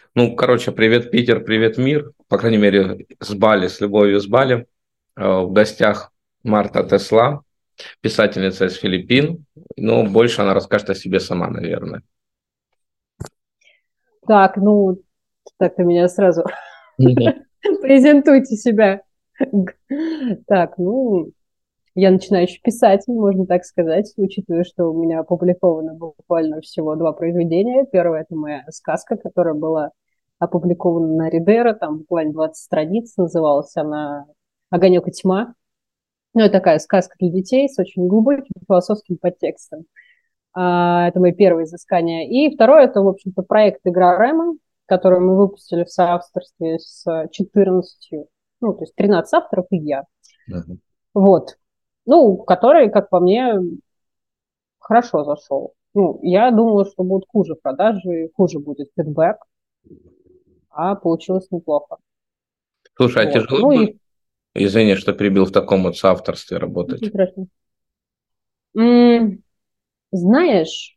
Ну, короче, привет, Питер, привет, мир. По крайней мере, с Бали, с любовью с Бали. В гостях Марта Тесла, писательница из Филиппин. Но больше она расскажет о себе сама, наверное. Так, ну, так ты меня сразу Мгм. презентуйте себя. Так, ну, я начинающий писатель, можно так сказать, учитывая, что у меня опубликовано буквально всего два произведения. Первое – это моя сказка, которая была опубликована на Ридера, там буквально 20 страниц, называлась она «Огонек и тьма». Ну, это такая сказка для детей с очень глубоким философским подтекстом. Это мои первые изыскания. И второе, это, в общем-то, проект «Игра Рема», который мы выпустили в соавторстве с 14, ну, то есть 13 авторов и я. Мгм. Вот. Ну, который, как по мне, хорошо зашел. Ну, я думала, что будут хуже продажи, хуже будет фидбэк, а получилось неплохо. Слушай, а Вот. тяжело Ну было, и извини, что перебил, в таком вот соавторстве ничего работать? страшного. М, Знаешь,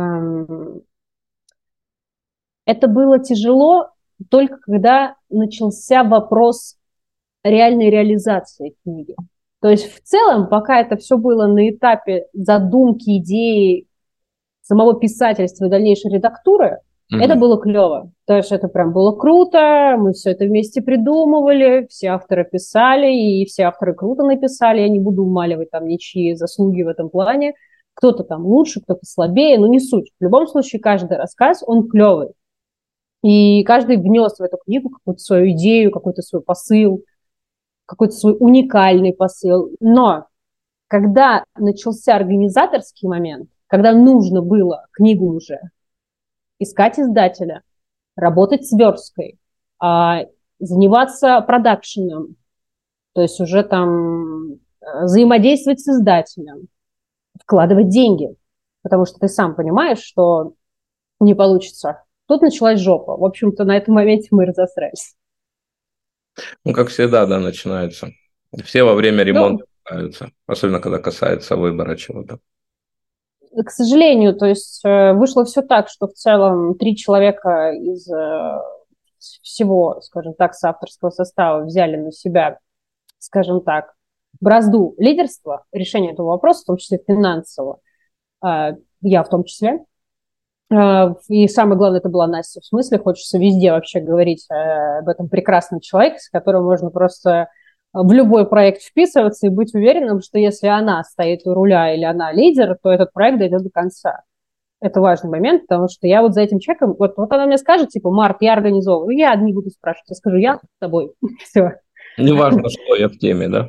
это было тяжело только когда начался вопрос реальной реализации книги. То есть в целом, пока это все было на этапе задумки, идеи, самого писательства и дальнейшей редактуры, это Мгм. было клево. То есть это прям было круто, мы все это вместе придумывали, все авторы писали, и все авторы круто написали, я не буду умаливать там ничьи заслуги в этом плане. Кто-то там лучше, кто-то слабее, но не суть. В любом случае, каждый рассказ, он клевый. И каждый внес в эту книгу какую-то свою идею, какой-то свой посыл, какой-то свой уникальный посыл. Но когда начался организаторский момент, когда нужно было книгу уже искать издателя, работать с версткой, заниматься продакшеном, то есть уже там взаимодействовать с издателем, вкладывать деньги, потому что ты сам понимаешь, что не получится. Тут началась жопа. В общем-то, на этом моменте мы разосрались. Ну, как всегда, да, начинается. Все во время ремонта Ну, пытаются, особенно когда касается выбора чего-то. к сожалению, то есть вышло все так, что в целом три человека из всего, скажем так, соавторского состава взяли на себя, скажем так, бразду лидерства, решения этого вопроса, в том числе финансового, я в том числе. И самое главное, это была Настя. В смысле, хочется везде вообще говорить об этом прекрасном человеке, с которым можно просто в любой проект вписываться и быть уверенным, что если она стоит у руля или она лидер, то этот проект дойдет до конца. Это важный момент, потому что я вот за этим человеком, вот она мне скажет, типа, Марк, я организовываю, я не буду спрашивать, я скажу, я с тобой, все. Неважно, что я в теме, да?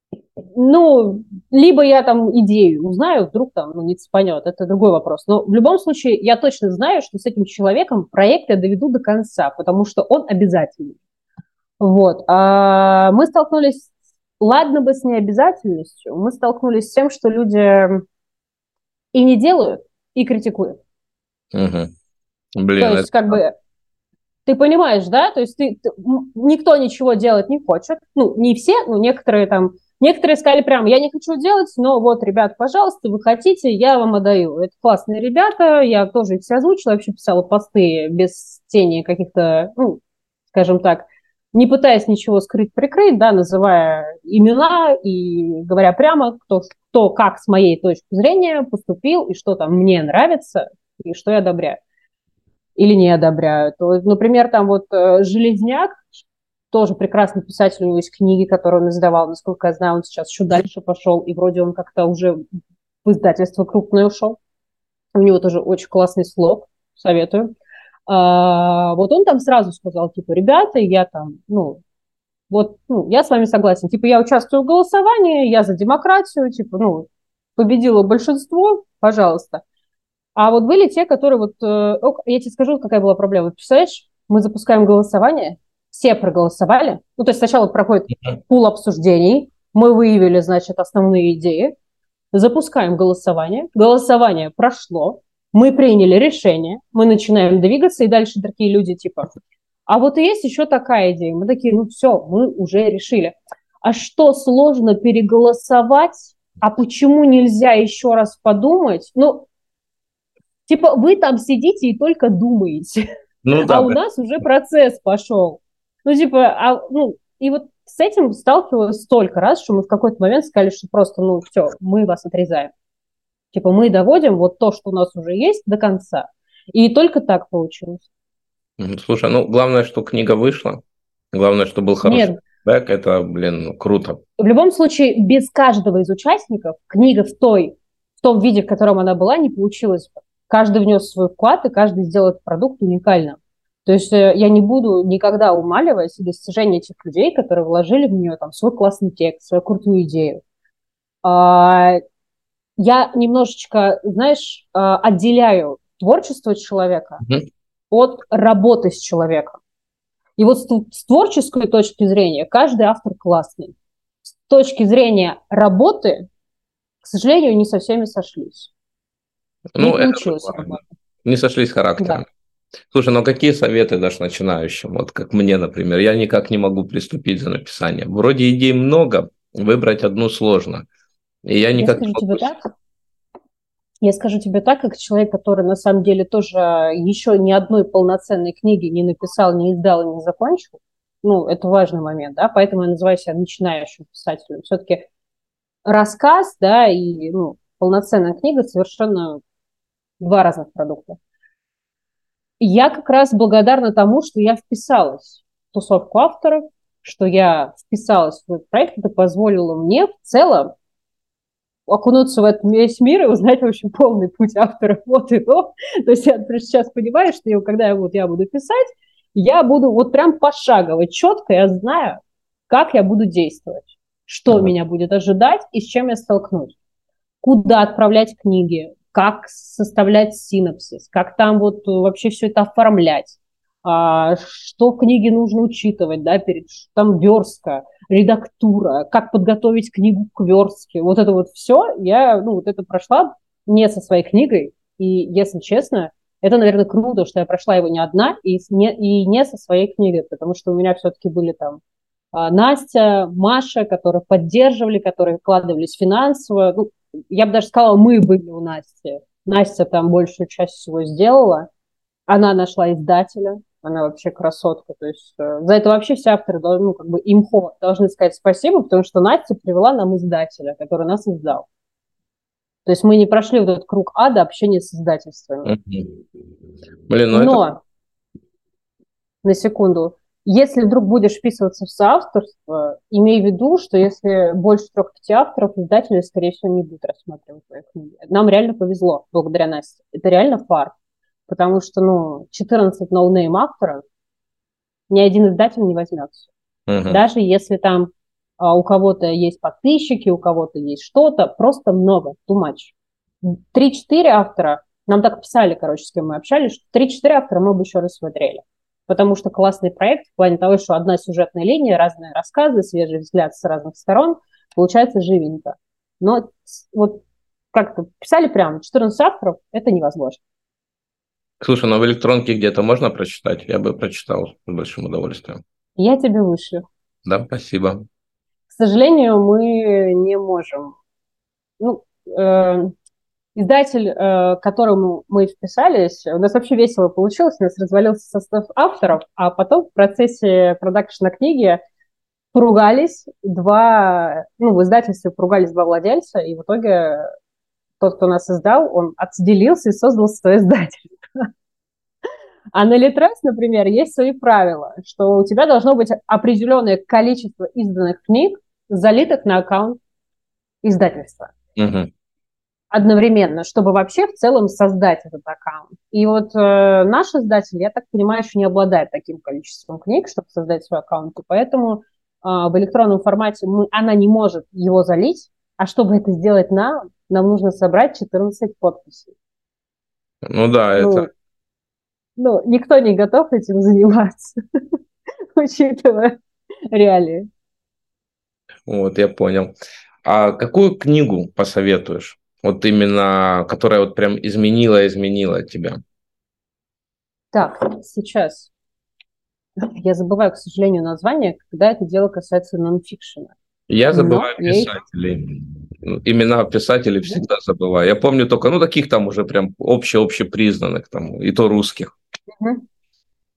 Ну, либо я там идею узнаю, вдруг там, ну, не цепанет, это другой вопрос. Но в любом случае я точно знаю, что с этим человеком проект я доведу до конца, потому что он обязательный. Вот. А мы столкнулись, ладно бы с необязательностью, мы столкнулись с тем, что люди и не делают, и критикуют. Угу. То Блин, это... есть, как бы, ты понимаешь, да? То есть никто ничего делать не хочет. Ну, не все, но некоторые там, некоторые сказали прямо, я не хочу делать, но вот, ребят, пожалуйста, вы хотите, я вам отдаю. Это классные ребята, я тоже их все озвучила, вообще писала посты без тени каких-то, ну, скажем так, не пытаясь ничего скрыть-прикрыть, да, называя имена и говоря прямо, кто как с моей точки зрения поступил и что там мне нравится и что я одобряю или не одобряют. Вот, например, там вот Железняк, тоже прекрасный писатель, у него есть книги, которые он издавал, насколько я знаю, он сейчас еще дальше пошел, и вроде он как-то уже в издательство крупное ушел. У него тоже очень классный слог, советую. Вот он там сразу сказал, типа, ребята, я там, ну, вот, ну, я с вами согласен. Типа, я участвую в голосовании, я за демократию, типа, ну, победило большинство, пожалуйста. А вот были те, которые вот... я тебе скажу, какая была проблема. Представляешь, мы запускаем голосование, все проголосовали. Ну, то есть сначала проходит пул обсуждений, мы выявили, значит, основные идеи, запускаем голосование прошло, мы приняли решение, мы начинаем двигаться, и дальше такие люди типа, а вот и есть еще такая идея. Мы такие, ну все, мы уже решили. А что, сложно переголосовать? А почему нельзя еще раз подумать? Ну, типа, вы там сидите и только думаете. Ну А да, у да. нас уже процесс пошел. Ну, типа, и вот с этим сталкивалась столько раз, что мы в какой-то момент сказали, что просто, ну, все, мы вас отрезаем. Типа, мы доводим вот то, что у нас уже есть, до конца. И только так получилось. Слушай, ну, главное, что книга вышла. Главное, что был хороший Нет, фидбэк. Это, блин, ну, круто. в любом случае, без каждого из участников книга в том виде, в котором она была, не получилась бы. Каждый внес свой вклад, и каждый сделал этот продукт уникальным. То есть я не буду никогда умаливать достижения этих людей, которые вложили в нее там свой классный текст, свою крутую идею. А, Я немножечко, знаешь, отделяю творчество человека Мгм. от работы с человеком. И вот с творческой точки зрения каждый автор классный. С точки зрения работы, к сожалению, не со всеми сошлись. Не Ну, это получилось бывает. работать. Не сошлись характером. Да. Слушай, ну какие советы дашь начинающим? Вот как мне, например. Я никак не могу приступить за написанием. Вроде идей много, выбрать одну сложно. И я Я никак не скажу тебе могу. так. Я скажу тебе так, как человек, который на самом деле тоже еще ни одной полноценной книги не написал, не издал и не закончил. Ну, это важный момент, да, поэтому я называю себя начинающим писателем. Все-таки рассказ, да, и полноценная книга совершенно два разных продукта. Я как раз благодарна тому, что я вписалась в тусовку авторов, что я вписалась в этот проект, это позволило мне в целом окунуться в этот весь мир и узнать, в общем, полный путь авторов от и до. То есть я сейчас понимаю, что когда я буду писать, я буду вот прям пошагово, четко, я знаю, как я буду действовать, что Ага. меня будет ожидать и с чем я столкнусь, куда отправлять книги, как составлять синопсис, как там вот вообще все это оформлять, что в книге нужно учитывать, да, там верстка, редактура, как подготовить книгу к верстке. Вот это вот все вот это прошла не со своей книгой. И, если честно, это, наверное, круто, что я прошла его не одна и не со своей книгой, потому что у меня все-таки были там Настя, Маша, которые поддерживали, которые вкладывались финансово. Ну, я бы даже сказала, мы были у Насти. Настя там большую часть всего сделала. Она нашла издателя. Она вообще красотка. То есть за это вообще все авторы должны, ну, как бы имхо должны сказать спасибо, потому что Настя привела нам издателя, который нас издал. То есть мы не прошли вот этот круг ада общения с издательствами. Мгм. Блин, ну это... Но, на секунду, если вдруг будешь вписываться в соавторство, имей в виду, что если больше 3-5 авторов, издатели, скорее всего, не будут рассматривать твои книги. Нам реально повезло, благодаря Насте. Это реально фарт. Потому что, 14 ноунейм авторов ни один издатель не возьмется. Мгм. Даже если там у кого-то есть подписчики, у кого-то есть что-то, просто много, too much. 3-4 автора, нам так писали, короче, с кем мы общались, что 3-4 автора мы бы еще рассмотрели. Потому что классный проект в плане того, что одна сюжетная линия, разные рассказы, свежий взгляд с разных сторон, получается живенько. Но вот как-то писали прямо 14 авторов, это невозможно. Слушай, ну в электронке где-то можно прочитать? Я бы прочитал с большим удовольствием. Я тебе вышлю. Да, спасибо. К сожалению, мы не можем. Ну, издатель, к которому мы вписались, у нас вообще весело получилось, у нас развалился состав авторов, а потом в процессе продакшена книги поругались в издательстве поругались два владельца, и в итоге тот, кто нас издал, он отделился и создал свое издательство. А на Литрес, например, есть свои правила, что у тебя должно быть определенное количество изданных книг, залитых на аккаунт издательства Мгм. одновременно, чтобы вообще в целом создать этот аккаунт. И вот наш издатель, я так понимаю, еще не обладает таким количеством книг, чтобы создать свой аккаунт, и поэтому в электронном формате она не может его залить, а чтобы это сделать нам нужно собрать 14 подписей. Ну да, это... Ну, никто не готов этим заниматься, учитывая реалии. Вот, я понял. А какую книгу посоветуешь? Вот именно, которая вот прям изменила тебя. Так, сейчас я забываю, к сожалению, название, когда это дело касается нонфикшена. Я Но забываю я их... писателей. Ну, имена писателей всегда забываю. Я помню только, таких там уже прям общепризнанных, там, и то русских. Мгм.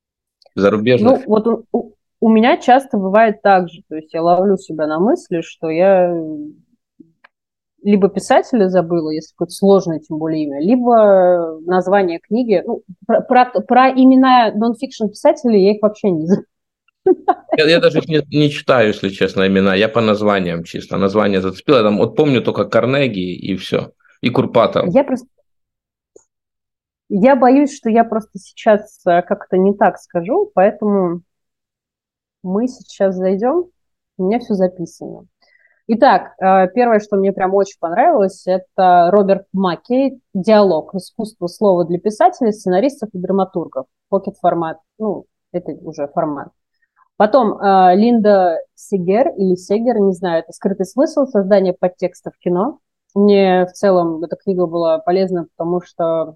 Зарубежных? Ну, вот у меня часто бывает так же. То есть я ловлю себя на мысли, что я либо писателя забыла, если какое-то сложное, тем более имя, либо название книги. Ну, про имена нон-фикшн писателей я их вообще не знаю. Я даже их не читаю, если честно, имена. Я по названиям чисто. Название зацепило. Я там, вот помню только Карнеги и все. И Курпатов. Я боюсь, что я просто сейчас как-то не так скажу, поэтому мы сейчас зайдем, у меня все записано. Итак, первое, что мне прям очень понравилось, это Роберт Маккей «Диалог. Искусство слова для писателей, сценаристов и драматургов». Pocket формат, ну, это уже формат. Потом Линда Сегер или Сегер, не знаю, это «Скрытый смысл. Создание подтекста в кино». Мне в целом эта книга была полезна, потому что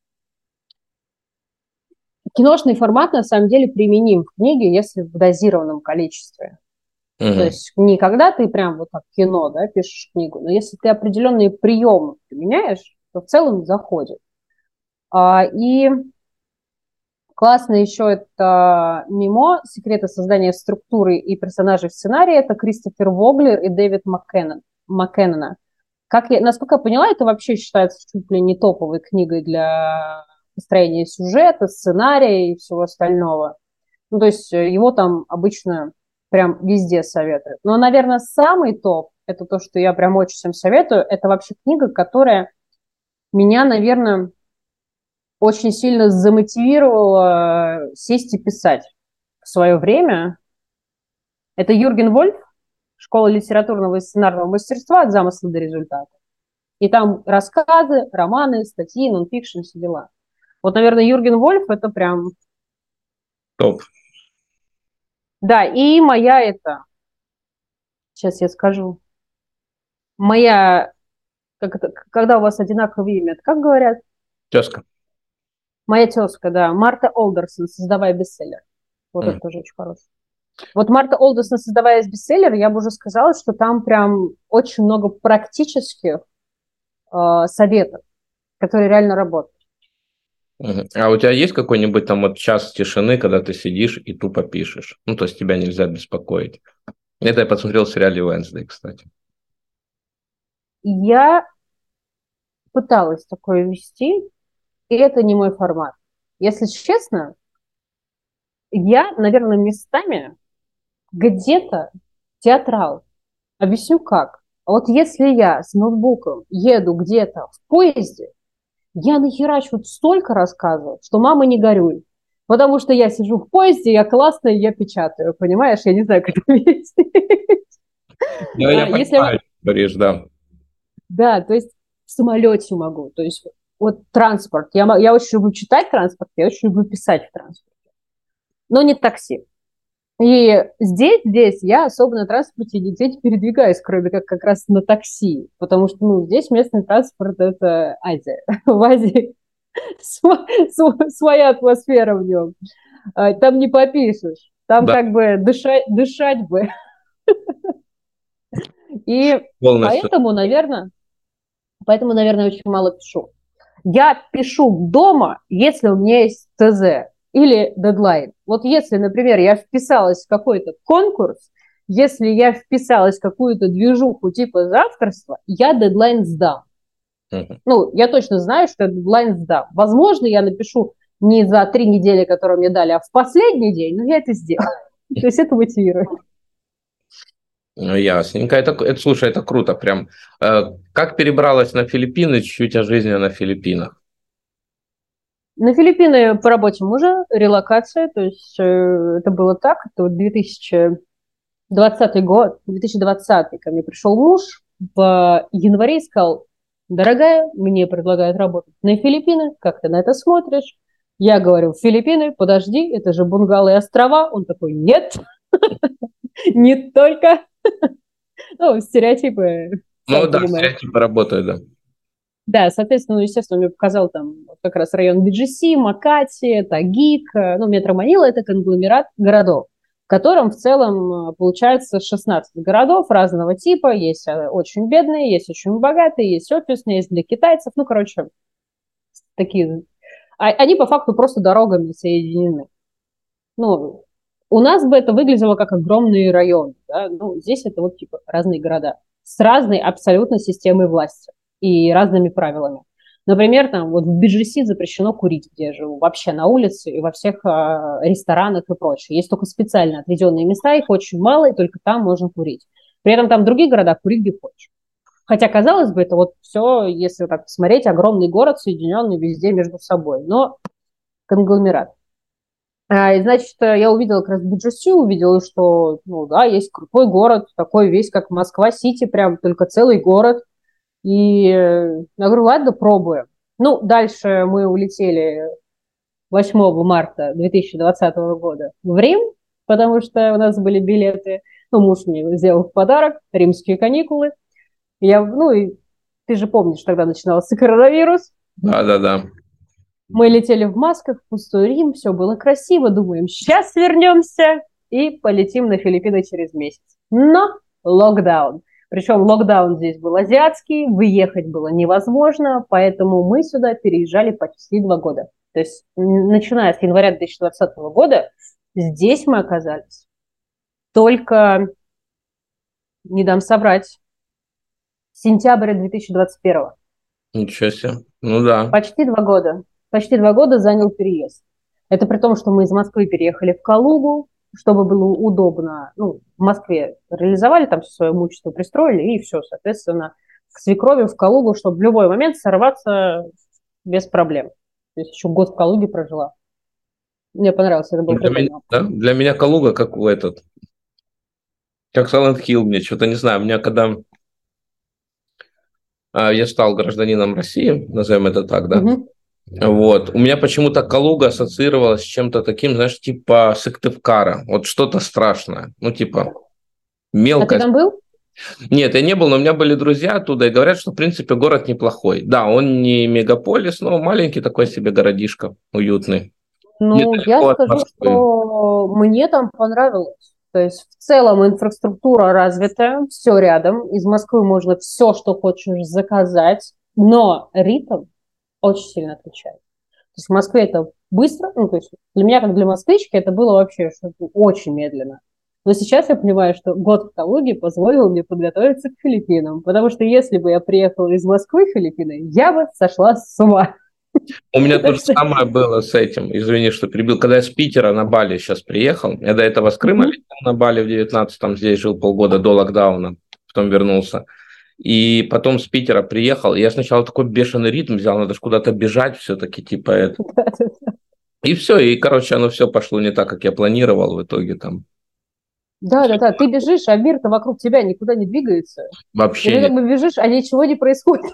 киношный формат на самом деле применим в книге, если в дозированном количестве. То Угу. есть не когда ты прям вот как кино, да, пишешь книгу, но если ты определенные приемы применяешь, то в целом заходит. И классно еще это мимо «Секреты создания структуры и персонажей в сценарии». Это Кристофер Воглер и Дэвид Маккеннона. Насколько я поняла, это вообще считается чуть ли не топовой книгой для построения сюжета, сценария и всего остального. Ну, то есть его там обычно прям везде советуют. Но, наверное, самый топ, это то, что я прям очень всем советую, это вообще книга, которая меня, наверное, очень сильно замотивировала сесть и писать в свое время. Это Юрген Вольф, «Школа литературного и сценарного мастерства. От замысла до результата». И там рассказы, романы, статьи, нонфикшн, все дела. Вот, наверное, Юрген Вольф это прям... Топ. Да, и моя это... Сейчас я скажу. Моя... когда у вас одинаковое имя, это как говорят? Тезка. Моя тезка, да. Марта Олдерсон, создавая бестселлер. Вот это тоже очень хороший. Вот Марта Олдерсон, создавая бестселлер, я бы уже сказала, что там прям очень много практических советов, которые реально работают. Мгм. А у тебя есть какой-нибудь там вот час тишины, когда ты сидишь и тупо пишешь? Ну, то есть тебя нельзя беспокоить. Это я посмотрел в сериале Wednesday, кстати. Я пыталась такое вести, и это не мой формат. Если честно, я, наверное, местами где-то театрал. Объясню как. А вот если я с ноутбуком еду где-то в поезде, я нахерачу столько рассказываю, что мама не горюй. Потому что я сижу в поезде, я классная, я печатаю, понимаешь? Я не знаю, как это объяснить. Ну, я Если... понимаю, что говоришь, да. Да, то есть в самолете могу. То есть вот транспорт. Я очень люблю читать транспорт, я очень люблю писать в транспорте. Но не такси. И здесь я особо на транспорте нигде не передвигаюсь, кроме как раз на такси. Потому что, ну, здесь местный транспорт – это Азия. В Азии своя атмосфера в нем. Там не попишешь. Там Да, как бы дышать бы. И полностью. поэтому, наверное, очень мало пишу. Я пишу дома, если у меня есть ТЗ или дедлайн. Вот если, например, я вписалась в какой-то конкурс, если я вписалась в какую-то движуху типа завтрашнего, я дедлайн сдам. Мгм. Ну, я точно знаю, что я дедлайн сдам. Возможно, я напишу не за 3 недели, которые мне дали, а в последний день, но я это сделаю. То есть это мотивирует. Ну, ясненько. Слушай, это круто прям. Как перебралась на Филиппины, чуть-чуть о жизни на Филиппинах? На Филиппины по работе мужа, релокация, то есть это было так, это вот 2020 год, 2020 ко мне пришел муж в январе и сказал: дорогая, мне предлагают работать на Филиппины, как ты на это смотришь? Я говорю: Филиппины, подожди, это же Бунгалы и острова. Он такой: нет, не только. Ну, стереотипы, Ну сам да, понимаешь. стереотипы работают, да. Да, соответственно, ну, естественно, он мне показал там как раз район BGC, Макати, Тагиг, ну, Метро Манила – это конгломерат городов, в котором в целом получается 16 городов разного типа. Есть очень бедные, есть очень богатые, есть офисные, есть для китайцев. Ну, короче, такие. Они по факту просто дорогами соединены. Ну, у нас бы это выглядело как огромный район, да? Ну, здесь это вот типа разные города с разной абсолютно системой власти и разными правилами. Например, там вот в Биджиси запрещено курить, где я живу, вообще на улице и во всех ресторанах и прочее. Есть только специально отведенные места, их очень мало, и только там можно курить. При этом там в других городах курить где хочешь. Хотя, казалось бы, это вот все, если так посмотреть, огромный город, соединенный везде между собой, но конгломерат. И, значит, я увидела как раз BGC, увидела, что, ну да, есть крутой город, такой весь, как Москва-Сити, прям только целый город. И я говорю, ладно, пробуем. Ну, дальше мы улетели 8 марта 2020 года в Рим, потому что у нас были билеты. Ну, муж мне сделал в подарок римские каникулы. Ну, и ты же помнишь, тогда начинался коронавирус. Да. Мы летели в масках в пустой Рим, все было красиво, думаем, сейчас вернемся и полетим на Филиппины через месяц. Но локдаун. Причем локдаун здесь был азиатский, выехать было невозможно, поэтому мы сюда переезжали почти 2 года. То есть, начиная с января 2020 года, здесь мы оказались только, не дам соврать, сентября 2021. Ничего себе. Ну да. Почти 2 года. Почти 2 года занял переезд. Это при том, что мы из Москвы переехали в Калугу, чтобы было удобно. Ну, в Москве реализовали там все свое имущество, пристроили, и все, соответственно, к свекрови в Калугу, чтобы в любой момент сорваться без проблем. То есть еще год в Калуге прожила. Мне понравилось, это был прикольный опыт. Для меня Калуга как в этот, как Silent Hill, мне что-то не знаю. У меня когда я стал гражданином России, назовем это так, да, вот, у меня почему-то Калуга ассоциировалась с чем-то таким, знаешь, типа Сыктывкара, вот что-то страшное, ну, типа мелкое. А ты там был? Нет, я не был, но у меня были друзья оттуда, и говорят, что, в принципе, город неплохой. Да, он не мегаполис, но маленький такой себе городишко, уютный. Ну, я Недалеко от скажу, Москвы. что мне там понравилось. То есть в целом инфраструктура развитая, все рядом. Из Москвы можно все, что хочешь, заказать, но ритм очень сильно отличается. То есть в Москве это быстро, ну, то есть для меня, как для москвички, это было вообще что-то очень медленно. Но сейчас я понимаю, что год в Калуге позволил мне подготовиться к Филиппинам, потому что если бы я приехала из Москвы в Филиппины, я бы сошла с ума. У меня то же самое было с этим, извини, что перебил. Когда я с Питера на Бали сейчас приехал, я до этого с Крыма летел на Бали в 19-м, здесь жил полгода до локдауна, потом вернулся. И потом с Питера приехал, и я сначала такой бешеный ритм взял, надо же куда-то бежать все-таки, типа это. И все, и, короче, оно все пошло не так, как я планировал в итоге там. Да, ты бежишь, а мир-то вокруг тебя никуда не двигается. И Вообще ты нет. как бы бежишь, а ничего не происходит.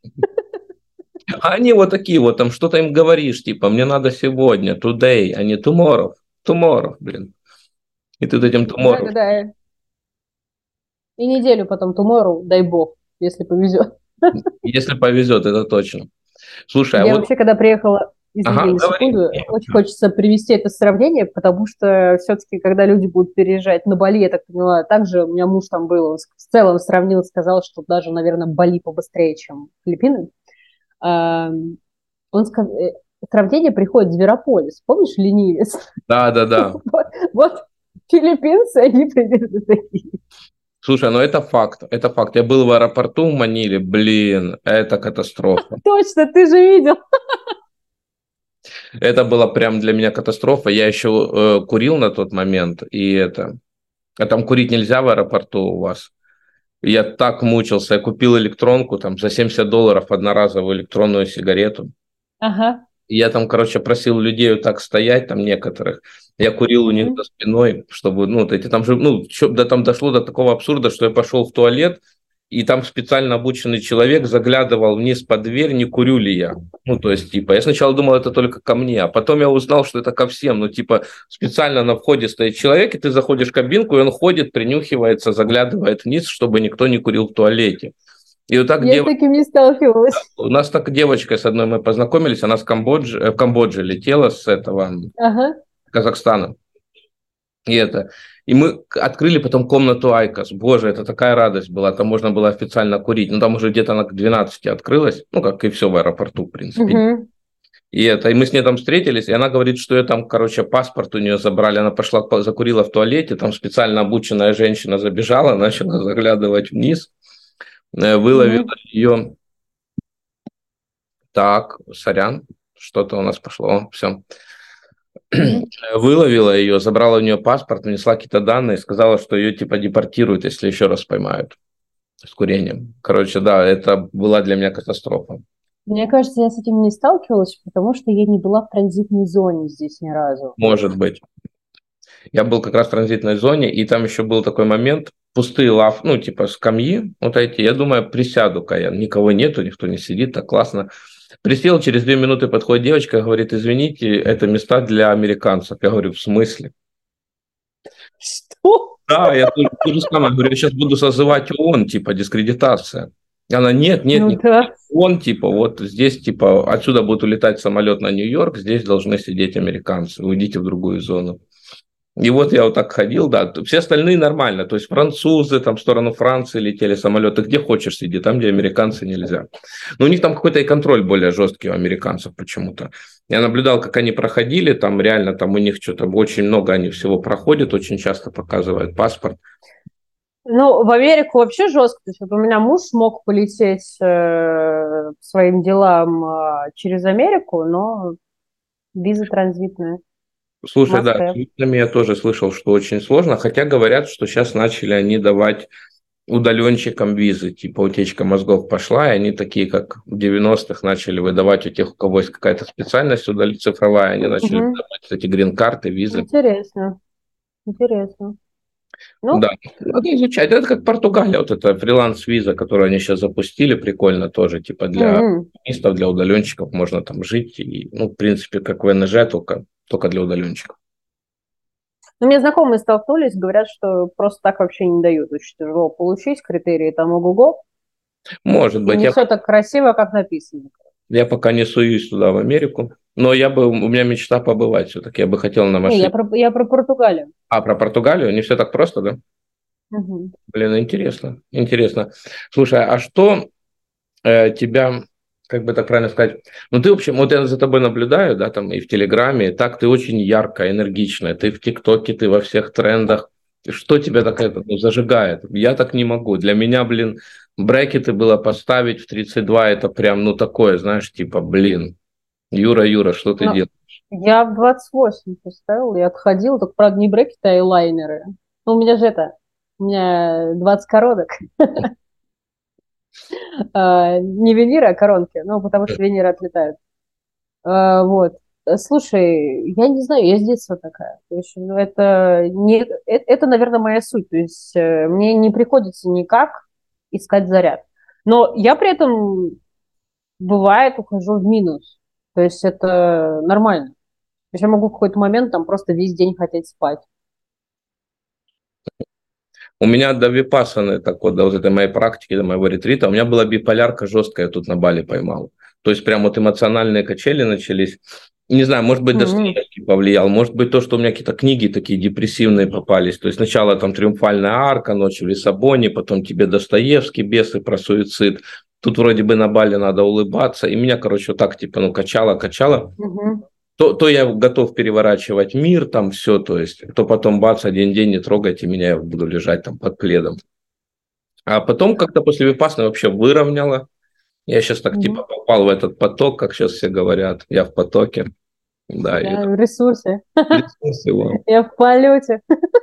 А они вот такие вот, там что-то им говоришь, типа, мне надо сегодня, today, а не tomorrow. Tomorrow, блин. И ты этим tomorrow. Да. И неделю потом tomorrow, дай бог, если повезет. Если повезет, это точно. Слушай, а Я вот... вообще, когда приехала, извини, Ага, на говори. секунду, очень хочется привести это сравнение, потому что все-таки, когда люди будут переезжать на Бали, я так поняла, также у меня муж там был, он в целом сравнил, сказал, что даже, наверное, Бали побыстрее, чем Филиппины. Он сказал, сравнение приходит Зверополис. Помнишь, ленивец? Да. Вот филиппинцы, они примерно такие. Слушай, ну это факт, это факт. Я был в аэропорту в Маниле, блин, это катастрофа. Точно, ты же видел. Это была прям для меня катастрофа. Я еще курил на тот момент, и это... А там курить нельзя в аэропорту у вас. Я так мучился. Я купил электронку там за $70 одноразовую электронную сигарету. Ага. И я там, короче, просил людей вот так стоять, там некоторых. Я курил у них за спиной, чтобы, ну, вот эти там же, ну, да, там дошло до такого абсурда, что я пошел в туалет, и там специально обученный человек заглядывал вниз под дверь, не курю ли я. Ну, то есть, типа, я сначала думал, это только ко мне, а потом я узнал, что это ко всем. Ну, типа, специально на входе стоит человек, и ты заходишь в кабинку, и он ходит, принюхивается, заглядывает вниз, чтобы никто не курил в туалете. И вот так Я с таким не сталкивалась. у нас так девочкой с одной мы познакомились, она в Камбодже летела с этого Казахстана. И мы открыли потом комнату Айкос. Боже, это такая радость была. Там можно было официально курить. Ну, там уже где-то она к 12 открылась. Ну, как и все в аэропорту, в принципе. И мы с ней там встретились, и она говорит, что я там, короче, паспорт у нее забрали. Она пошла, закурила в туалете, там специально обученная женщина забежала, начала заглядывать вниз, выловила Мгм. ее. Так, сорян, что-то у нас пошло, все. Мгм. Выловила ее, забрала у нее паспорт, внесла какие-то данные, сказала, что ее типа депортируют, если еще раз поймают с курением. Короче, да, это была для меня катастрофа. Мне кажется, я с этим не сталкивалась, потому что я не была в транзитной зоне здесь ни разу. Может быть. Я был как раз в транзитной зоне, и там еще был такой момент, пустые ну, типа скамьи вот эти. Я думаю, присяду-ка я. Никого нету, никто не сидит, так классно. Присел, через 2 минуты подходит девочка, говорит, извините, это места для американцев. Я говорю, в смысле? Что? Да, я то же самое говорю, я сейчас буду созывать ООН, типа, дискредитация. Она, нет, нет, Ну нет, да. ООН, типа, вот здесь, типа, отсюда будет улетать самолет на Нью-Йорк, здесь должны сидеть американцы, уйдите в другую зону. И вот я вот так ходил, да, все остальные нормально, то есть французы, там, в сторону Франции летели самолеты, где хочешь сиди, там, где американцы нельзя. Но у них там какой-то и контроль более жесткий у американцев почему-то. Я наблюдал, как они проходили, там реально, там у них что-то очень много они всего проходят, очень часто показывают паспорт. Ну, в Америку вообще жестко. То есть вот у меня муж мог полететь по своим делам через Америку, но виза транзитная. Слушай, да, с Must-have. визами я тоже слышал, что очень сложно, хотя говорят, что сейчас начали они давать удаленщикам визы, типа утечка мозгов пошла, и они такие, как в 90-х начали выдавать у тех, у кого есть какая-то специальность цифровая, они начали Мгм. выдавать эти грин-карты, визы. Интересно. Интересно. Да, Ну, надо изучать. Это как Португалия, вот эта фриланс-виза, которую они сейчас запустили, прикольно тоже, типа для м-м. туристов, для удаленщиков можно там жить, и, ну, в принципе, как ВНЖ, только для удаленщиков. Ну, мне знакомые столкнулись, говорят, что просто так вообще не дают. Очень тяжело получить критерии там ого-го, Может и быть, не все так красиво, как написано. я пока не суюсь туда, в Америку, но у меня мечта побывать все-таки, я бы хотел на Не, машине. я про Португалию. А, про Португалию? Не все так просто, да? Мгм. Блин, интересно, интересно. Слушай, а что тебя, как бы так правильно сказать, ну ты, в общем, вот я за тобой наблюдаю, да, там и в Телеграме, так ты очень яркая, энергичная, ты в ТикТоке, ты во всех трендах. Что тебя так это зажигает? Я так не могу. Для меня, блин, брекеты было поставить в 32, это прям, ну такое, знаешь, типа, блин, Юра, что ты Но делаешь? я в 28 поставила, я отходила, только, правда, не брекеты, а элайнеры. Ну, у меня же это, у меня 20 коронок. Не виниры, а коронки, ну, потому что виниры отлетают. Вот. Слушай, я не знаю, я с детства такая. То есть, ну, это, не, это, наверное, моя суть. То есть мне не приходится никак искать заряд. Но я при этом, бывает, ухожу в минус. То есть это нормально. То есть я могу в какой-то момент там просто весь день хотеть спать. У меня до випассаны, так вот, до вот этой моей практики, до моего ретрита, у меня была биполярка жесткая, я тут на Бали поймал. То есть прям вот эмоциональные качели начались. Не знаю, может быть, М. Достоевский повлиял, может быть, то, что у меня какие-то книги такие депрессивные попались. То есть сначала там «Триумфальная арка», «Ночь в Лиссабоне», потом тебе Достоевский, «Бесы» про суицид. Тут вроде бы на Бали надо улыбаться. И меня, короче, вот так типа, ну, качало. Мгм. То я готов переворачивать мир, там все, то есть, то потом бац, один день не трогайте меня, я буду лежать там под пледом. А потом как-то после випассаны вообще выровняло. Я сейчас так Мгм. типа попал в этот поток, как сейчас все говорят. Я в потоке. Да, и Да, в ресурсе. ресурс его. Я в полете.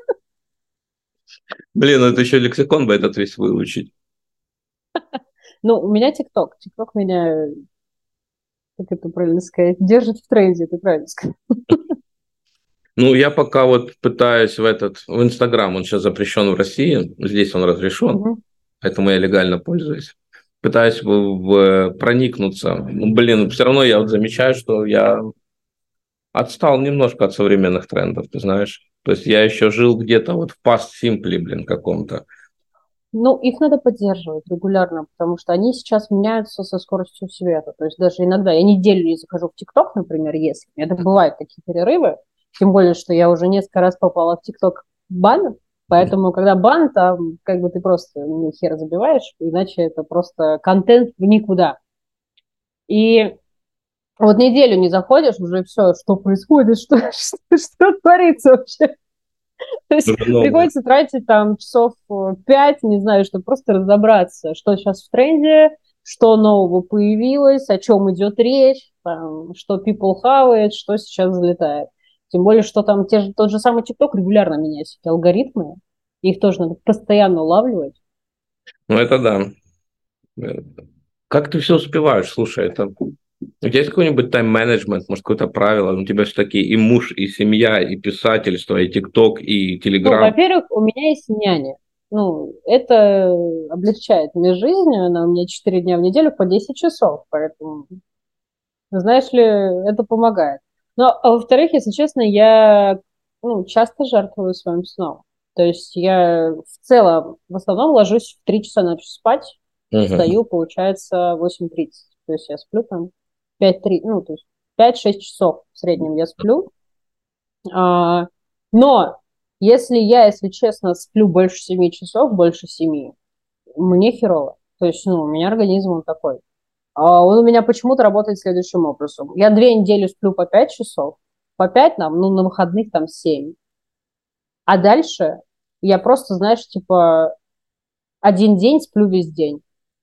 Блин, ну это еще лексикон бы этот весь выучить. Ну, у меня ТикТок. ТикТок меня, как это правильно сказать, держит в тренде, это правильно сказать. Ну, я пока вот пытаюсь в Инстаграм, он сейчас запрещен в России, здесь он разрешен, Мгм. поэтому я легально пользуюсь. Пытаюсь проникнуться. Ну, блин, все равно я вот замечаю, что я отстал немножко от современных трендов, ты знаешь. То есть я еще жил где-то вот в past simple, блин, каком-то. Ну, их надо поддерживать регулярно, потому что они сейчас меняются со скоростью света. То есть даже иногда я неделю не захожу в ТикТок, например, если. Это бывают такие перерывы. Тем более, что я уже несколько раз попала в ТикТок бан. Поэтому, когда бан, там как бы ты просто ну, хер забиваешь, иначе это просто контент в никуда. И Вот неделю не заходишь, уже все, что происходит, что творится вообще. То есть Уже новое. приходится тратить там часов 5, не знаю, чтобы просто разобраться, что сейчас в тренде, что нового появилось, о чем идет речь, там, что people хавает, что сейчас залетает. Тем более, что там тот же самый TikTok регулярно меняет эти алгоритмы, их тоже надо постоянно улавливать. Ну, это да. Э, Как ты все успеваешь? Слушай, это... У тебя есть какой-нибудь тайм-менеджмент, может, какое-то правило? У тебя все-таки и муж, и семья, и писательство, и ТикТок, и Ну, Телеграм. во-первых, у меня есть няня. Ну, это облегчает мне жизнь, она у меня 4 дня в неделю по 10 часов, поэтому знаешь ли, это помогает. Но, а во-вторых, если честно, я часто жертвую своим сном. То есть я в целом, в основном ложусь в 3 часа ночи спать, Мгм. встаю, получается, 8:30. То есть я сплю там 5-3, ну, то есть 5-6 часов в среднем я сплю. А, но если честно, сплю больше 7 часов, больше 7, мне херово. То есть, у меня организм он такой. Он у меня почему-то работает следующим образом. Я 2 недели сплю по 5 часов, по 5 нам, на выходных там 7. А дальше я просто, знаешь, типа, один день сплю весь день.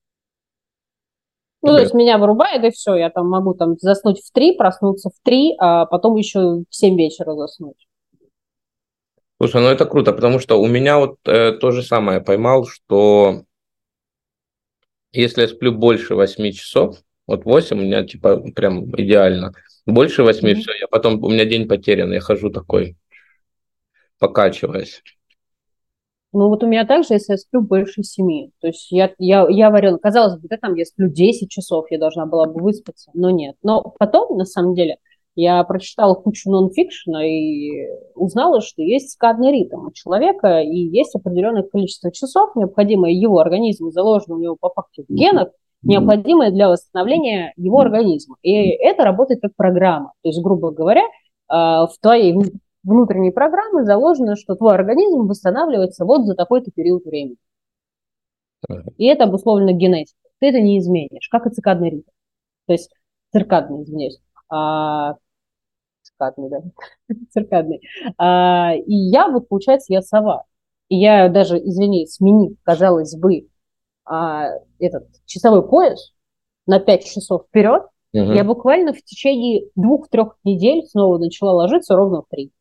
Ну, то Блин. есть меня вырубает, и все. Я там могу там заснуть в 3, проснуться в 3, а потом еще в 7 вечера заснуть. Слушай, ну это круто, потому что у меня вот то же самое поймал, что если я сплю больше 8 часов, вот 8 у меня типа прям идеально. Больше 8 Мгм. все, я потом, у меня день потерян, я хожу такой, покачиваясь. Ну, вот у меня также, если я сплю больше 7. То есть я варила, казалось бы, да, там я сплю 10 часов, я должна была бы выспаться, но нет. Но потом, на самом деле, я прочитала кучу нонфикшена и узнала, что есть циркадный ритм у человека, и есть определенное количество часов, необходимое его организму, заложено у него по факту в генах, необходимое для восстановления его организма. И это работает как программа. То есть, грубо говоря, в твоей внутренней программы заложено, что твой организм восстанавливается вот за такой-то период времени. И это обусловлено генетикой. Ты это не изменишь, как и циркадный ритм. То есть циркадный, извиняюсь. Циркадный, да. Циркадный. И я вот, получается, я сова. И я даже, извини, сменив, казалось бы, этот часовой пояс на 5 часов вперед, я Мгм. буквально в течение 2-3 недель снова начала ложиться ровно в 3.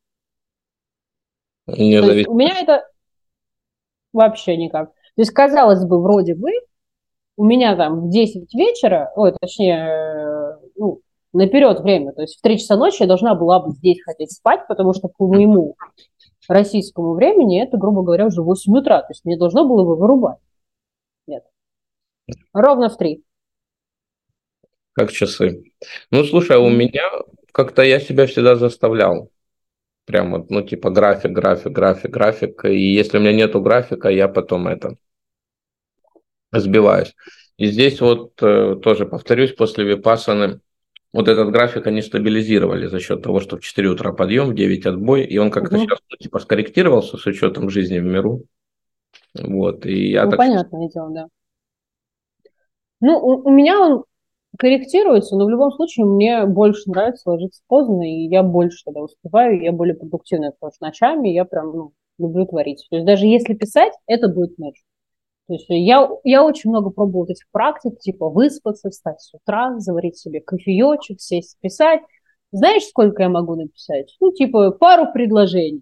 Не То есть зависит. у меня это вообще никак. То есть, казалось бы, вроде бы, у меня там в 10 вечера, ой, точнее, наперед время, то есть в 3 часа ночи я должна была бы здесь хотеть спать, потому что по моему российскому времени это, грубо говоря, уже 8 утра, то есть мне должно было бы вырубать. Нет, ровно в 3. Как часы. Ну, слушай, а у меня как-то я себя всегда заставлял. Прям вот, ну, типа график, график, график, график. И если у меня нету графика, я потом это сбиваюсь. И здесь вот тоже повторюсь, после випассаны вот этот график они стабилизировали за счет того, что в 4 утра подъем, в 9 отбой, и он как-то Угу. сейчас ну, типа скорректировался с учетом жизни в миру. Вот, и я Ну, так сейчас... понятное дело, да. Ну, у меня он корректируется, но в любом случае мне больше нравится ложиться поздно, и я больше тогда успеваю, я более продуктивная, потому что ночами я прям люблю творить. То есть даже если писать, это будет ночь. То есть я очень много пробовала вот этих практик, типа выспаться, встать с утра, заварить себе кофеечек, сесть писать. Знаешь, сколько я могу написать? Ну, типа, пару предложений.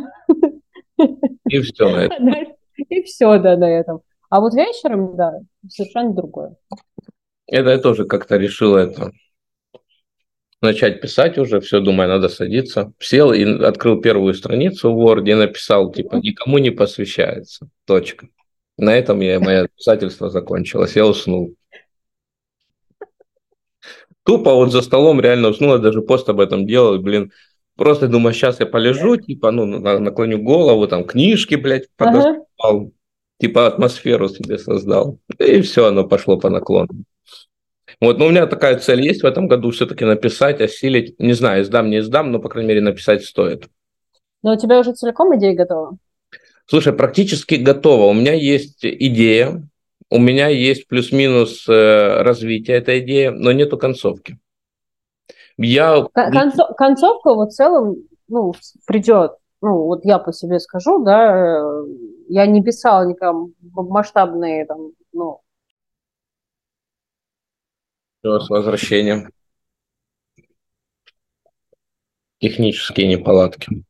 И все. И все, да, на этом. А вот вечером, да, совершенно другое. Это я тоже как-то решил это начать писать уже, все, думаю, надо садиться. Сел и открыл первую страницу в Word и написал, типа, никому не посвящается. Точка. На этом мое писательство закончилось. Я уснул. Тупо вот за столом реально уснул, я даже пост об этом делал, и, блин, просто думаю, сейчас я полежу, типа, ну, наклоню голову, там, книжки, блядь, Ага. подоставал, типа, атмосферу себе создал. И все, оно пошло по наклону. Вот, но у меня такая цель есть в этом году все-таки написать, осилить. Не знаю, издам, не издам, но, по крайней мере, написать стоит. Но у тебя уже целиком идея готова? Слушай, практически готово. У меня есть идея, у меня есть плюс-минус развитие этой идеи, но нету концовки. Я... Концовка вот в целом, ну, придет. Ну, вот я по себе скажу, да, я не писала никому масштабные там, ну, Всё, с возвращением. Технические неполадки.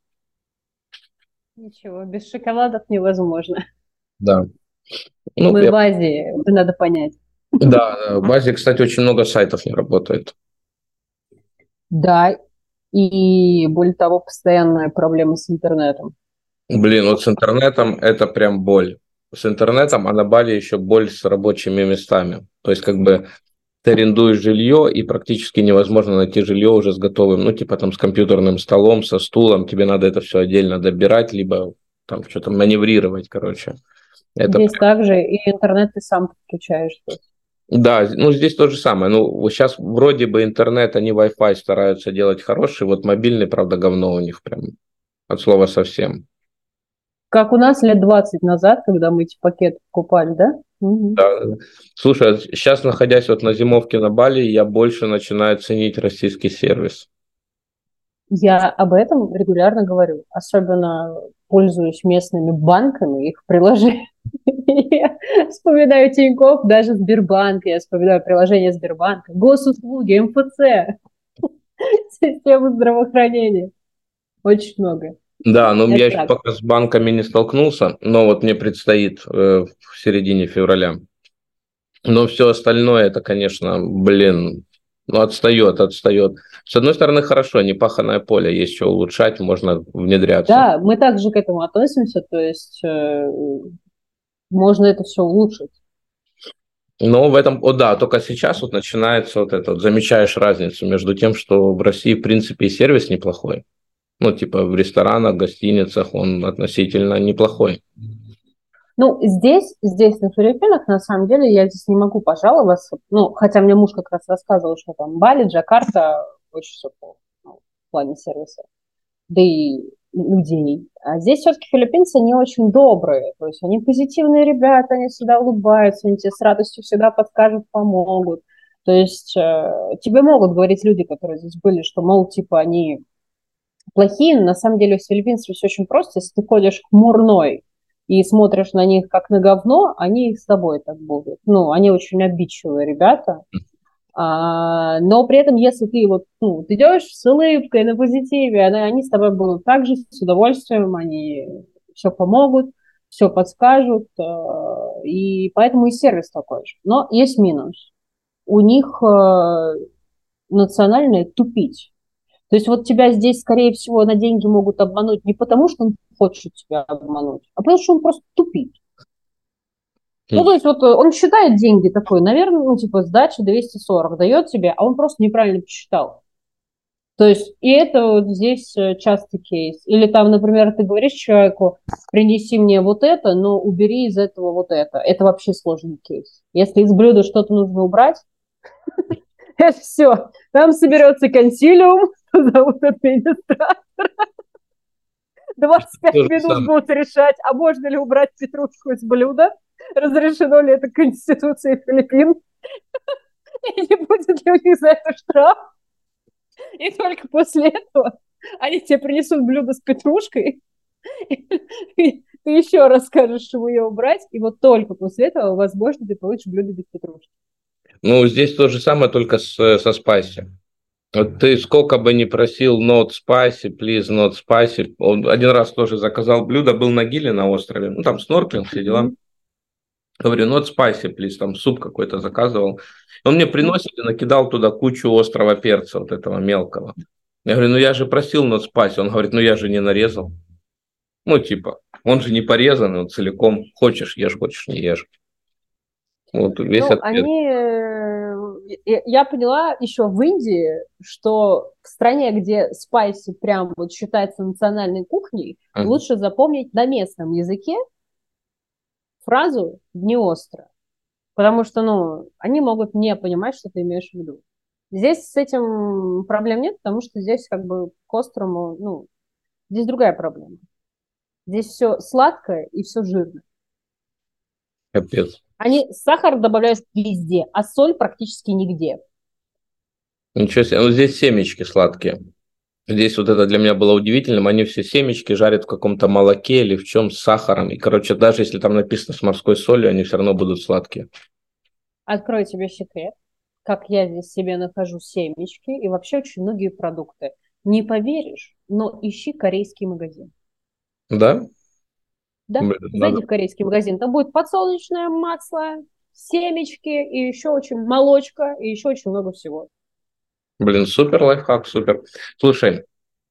ничего, без шоколадов невозможно. Да. Ну, Мы в Азии, это надо понять. да, в базе, кстати, очень много сайтов не работает. Да, и более того, постоянная проблема с интернетом. Блин, вот с интернетом это прям боль. С интернетом, а на Бали еще боль с рабочими местами. То есть, как бы ты арендуешь жилье, и практически невозможно найти жилье уже с готовым, ну, типа там с компьютерным столом, со стулом, тебе надо это все отдельно добирать, либо там что-то маневрировать, короче. Это... Здесь также и интернет ты сам подключаешь. Да, ну здесь то же самое. Ну, сейчас вроде бы интернет, они Wi-Fi стараются делать хороший, вот мобильный, правда, говно у них прям от слова совсем. Как у нас лет 20 назад, когда мы эти пакеты покупали, да? Угу. Да. Слушай, сейчас, находясь вот на зимовке на Бали, я больше начинаю ценить российский сервис. Я об этом регулярно говорю, особенно пользуюсь местными банками, их приложениями. Я вспоминаю Тинькофф, даже Сбербанк, я вспоминаю приложение Сбербанка, госуслуги, МФЦ, систему здравоохранения. Очень много. Да, но я Это еще так. пока с банками не столкнулся, но вот мне предстоит в середине февраля. Но все остальное, это, конечно, блин, ну отстает, отстает. С одной стороны, хорошо, непаханное поле, есть что улучшать, можно внедряться. Да, мы также к этому относимся, то есть можно это все улучшить. Но в этом, о да, только сейчас вот начинается вот это, вот замечаешь разницу между тем, что в России, в принципе, и сервис неплохой. Ну, типа в ресторанах, гостиницах он относительно неплохой. Ну, здесь, на Филиппинах, на самом деле, я здесь не могу пожаловаться. Ну, хотя мне муж как раз рассказывал, что там Бали, Джакарта, очень все плохо, ну, в плане сервиса. Да и людей. А здесь все-таки филиппинцы не очень добрые. То есть они позитивные ребята, они всегда улыбаются, они тебе с радостью всегда подскажут, помогут. То есть тебе могут говорить люди, которые здесь были, что, мол, типа, они плохие, но на самом деле с филиппинцами все очень просто. Если ты ходишь к Мурной и смотришь на них как на говно, они с тобой так будут. Ну, они очень обидчивые ребята. Но при этом, если ты вот, ну, ты идешь с улыбкой на позитиве, они с тобой будут также с удовольствием, они все помогут, все подскажут, и поэтому и сервис такой же. Но есть минус. У них национальное тупить. То есть вот тебя здесь, скорее всего, на деньги могут обмануть не потому, что он хочет тебя обмануть, а потому что он просто тупит. Ну, то есть вот он считает деньги такой, наверное, ну, типа сдача 240 дает тебе, а он просто неправильно посчитал. То есть и это вот здесь частый кейс. Или там, например, ты говоришь человеку, принеси мне вот это, но убери из этого вот это. Это вообще сложный кейс. Если из блюда что-то нужно убрать, это все. Там соберется консилиум, зовут администратора. 25 То же минут самое. будут решать, а можно ли убрать петрушку из блюда, разрешено ли это Конституцией Филиппин, и не будет ли у них за это штраф. И только после этого они тебе принесут блюдо с петрушкой, и ты еще раз скажешь, что ее убрать, и вот только после этого, возможно, ты получишь блюдо без петрушки. Ну, здесь то же самое, только со спайси. Вот ты сколько бы ни просил not spicy, please not spicy. Он один раз тоже заказал блюдо, был на Гиле на острове, ну там снорклинг, все дела. Говорю, not spicy, please, там суп какой-то заказывал. Он мне приносит и накидал туда кучу острого перца, вот этого мелкого. Я говорю, ну я же просил not spicy. Он говорит, ну я же не нарезал. Ну типа, он же не порезанный, он целиком. Хочешь ешь, хочешь не ешь. Вот весь Ну, ответ. я поняла еще в Индии, что в стране, где спайси прям вот считается национальной кухней, Ага. лучше запомнить на местном языке фразу «не остро», потому что, ну, они могут не понимать, что ты имеешь в виду. Здесь с этим проблем нет, потому что здесь как бы к острому, ну, здесь другая проблема. Здесь все сладкое и все жирное. Капец. Они сахар добавляют везде, а соль практически нигде. Ничего себе. Ну, здесь семечки сладкие. Здесь вот это для меня было удивительным. Они все семечки жарят в каком-то молоке или в чем с сахаром. И, короче, даже если там написано с морской солью, они все равно будут сладкие. Открою тебе секрет, как я здесь себе нахожу семечки и вообще очень многие продукты. Не поверишь, но ищи корейский магазин. Да? Да, Блин, надо. зайди в корейский магазин, там будет подсолнечное масло, семечки и еще очень молочка и еще очень много всего. Блин, супер лайфхак, супер. Слушай,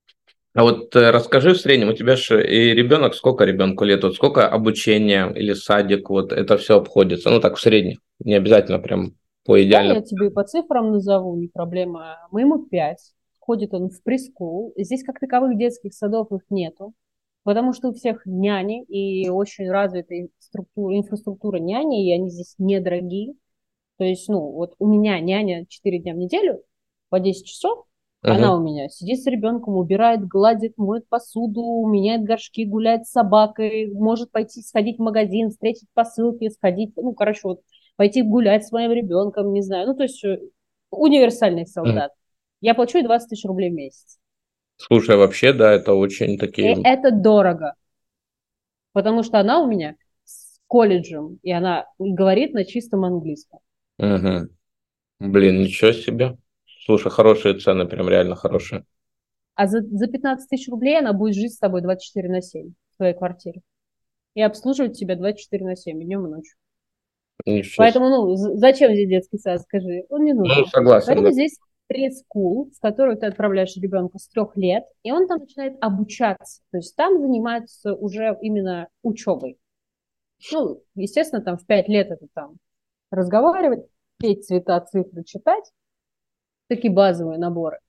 а вот расскажи в среднем, у тебя же и ребенок, сколько ребенку лет, вот сколько обучения или садик, вот это все обходится, ну так в среднем, не обязательно прям по Да, идеальному. я тебе и по цифрам назову, не проблема. Моему 5, ходит он в прескул. Здесь как таковых детских садов их нету, потому что у всех няни и очень развитая инфраструктура няни, и они здесь недорогие. То есть, ну, вот у меня няня 4 дня в неделю по 10 часов, Мгм. она у меня сидит с ребенком, убирает, гладит, моет посуду, меняет горшки, гуляет с собакой, может пойти сходить в магазин, встретить посылки, сходить, ну, короче, вот пойти гулять с моим ребенком, не знаю. Ну, то есть универсальный Мгм. солдат. Я плачу ей 20 тысяч рублей в месяц. Слушай, вообще, да, это очень И такие. это дорого, потому что она у меня с колледжем, и она говорит на чистом английском. Мгм. Блин, ничего себе. Слушай, хорошие цены, прям реально хорошие. А за 15 тысяч рублей она будет жить с тобой 24/7 в твоей квартире. И обслуживать тебя 24/7, днем и ночью. Ничего себе. Поэтому, ну, зачем здесь детский сад, скажи? Он не Ну, нужен. согласен, да. Поэтому здесь прескул, в который ты отправляешь ребенка с 3 лет, и он там начинает обучаться. То есть там занимаются уже именно учебой. Ну, естественно, там в 5 лет это там разговаривать, петь, цвета, цифры, читать. Такие базовые наборы.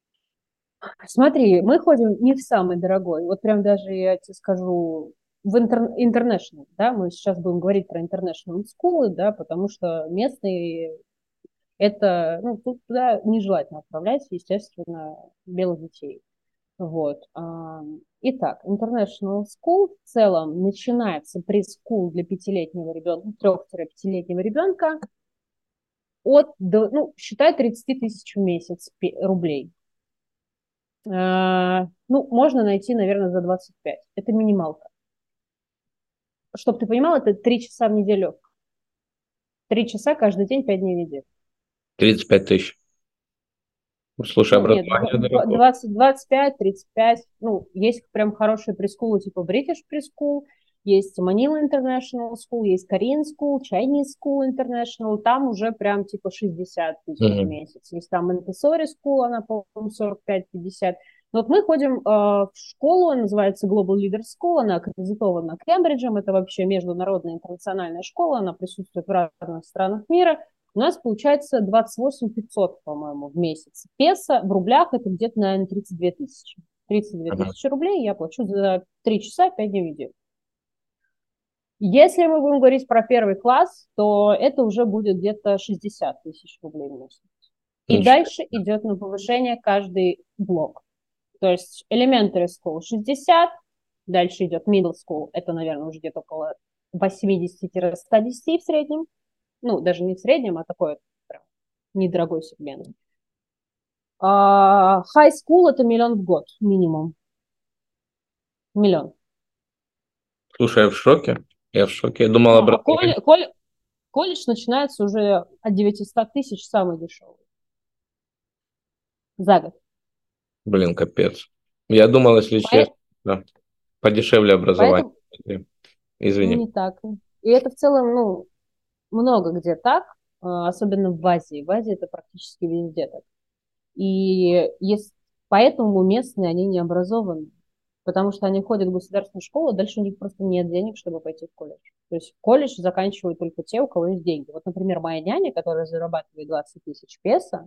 Смотри, мы ходим не в самый дорогой. Вот прям даже я тебе скажу, в international, да, мы сейчас будем говорить про international школы, да, потому что местные это, ну, туда нежелательно отправлять, естественно, белых детей. Вот. Итак, International School в целом начинается прескул для 5-летнего ребенка, 3-5-летнего ребенка ну, считай, 30 тысяч в месяц рублей. Ну, можно найти, наверное, за 25. Это минималка. Чтобы ты понимал, это 3 часа в неделю. 3 часа каждый день, 5 дней в неделю. 35 тысяч. Слушай, Ну, нет, образование дорогое. 20, 25, 35. Ну, есть прям хорошие прескулы, типа British Preschool, есть Manila International School, есть Korean School, Chinese School International. Там уже прям типа 60 тысяч в Мгм. месяц. Есть там Montessori School, она, по-моему, 45-50. Но вот мы ходим в школу, она называется Global Leader School, она аккредитована Кембриджем, это вообще международная интернациональная школа, она присутствует в разных странах мира. У нас получается 28 500, по-моему, в месяц. Песо в рублях это где-то, наверное, 32 тысячи. 32 Мгм. тысячи рублей я плачу за 3 часа 5 дней в неделю. Если мы будем говорить про первый класс, то это уже будет где-то 60 тысяч рублей в месяц. И Ничего. дальше идет на повышение каждый блок. То есть elementary school 60, дальше идет middle school, это, наверное, уже где-то около 80-110 в среднем. Ну, даже не в среднем, а такой прям недорогой сегмент. High school это 1 000 000 в год минимум. 1 000 000. Слушай, я в шоке. Я в шоке. Я думал, Ну, а образование. колледж начинается уже от 900 тысяч, самый дешевый, за год. Блин, капец. Я думал, если честно, Поэтому, да, подешевле образование. поэтому Извини. не так. И это в целом, ну, много где так, особенно в Азии. В Азии это практически везде так. И поэтому местные, они не образованы, потому что они ходят в государственную школу, а дальше у них просто нет денег, чтобы пойти в колледж. То есть колледж заканчивают только те, у кого есть деньги. Вот, например, моя няня, которая зарабатывает 20 тысяч песо,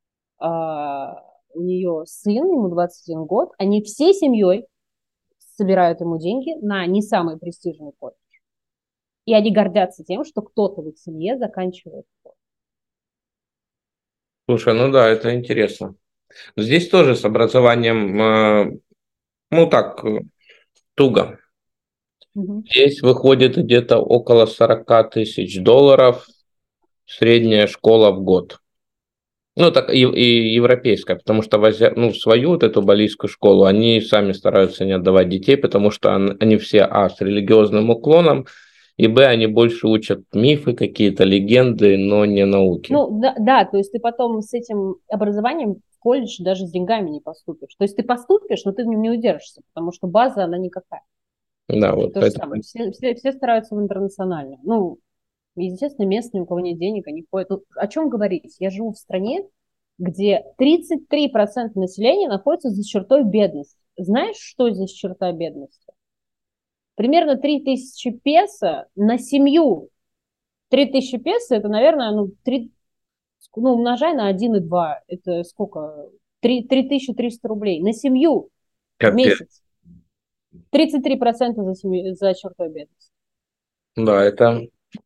у нее сын, ему 21 год, они всей семьей собирают ему деньги на не самый престижный колледж. И они гордятся тем, что кто-то в их семье заканчивает колледж. Слушай, ну да, это интересно. Здесь тоже с образованием, ну так, туго. Мгм. Здесь выходит где-то около 40 тысяч долларов средняя школа в год. Ну, так и европейская, потому что ну, свою вот эту балийскую школу они сами стараются не отдавать детей, потому что они все, с религиозным уклоном, и, они больше учат мифы какие-то, легенды, но не науки. Ну, да, да, то есть ты потом с этим образованием в колледж даже с деньгами не поступишь. То есть ты поступишь, но ты в нем не удержишься, потому что база, она никакая. Да, И вот то же поэтому. самое. Все стараются в интернациональном. Ну, естественно, местные, у кого нет денег, они ходят. Ну, о чем говорить? Я живу в стране, где 33% населения находится за чертой бедности. Знаешь, что здесь черта бедности? Примерно 3000 песо на семью. 3000 песо, это, наверное, умножай на 1,2. Это сколько? 3300 рублей на семью в Капец. месяц. 33% за чертой бедности. Да, это.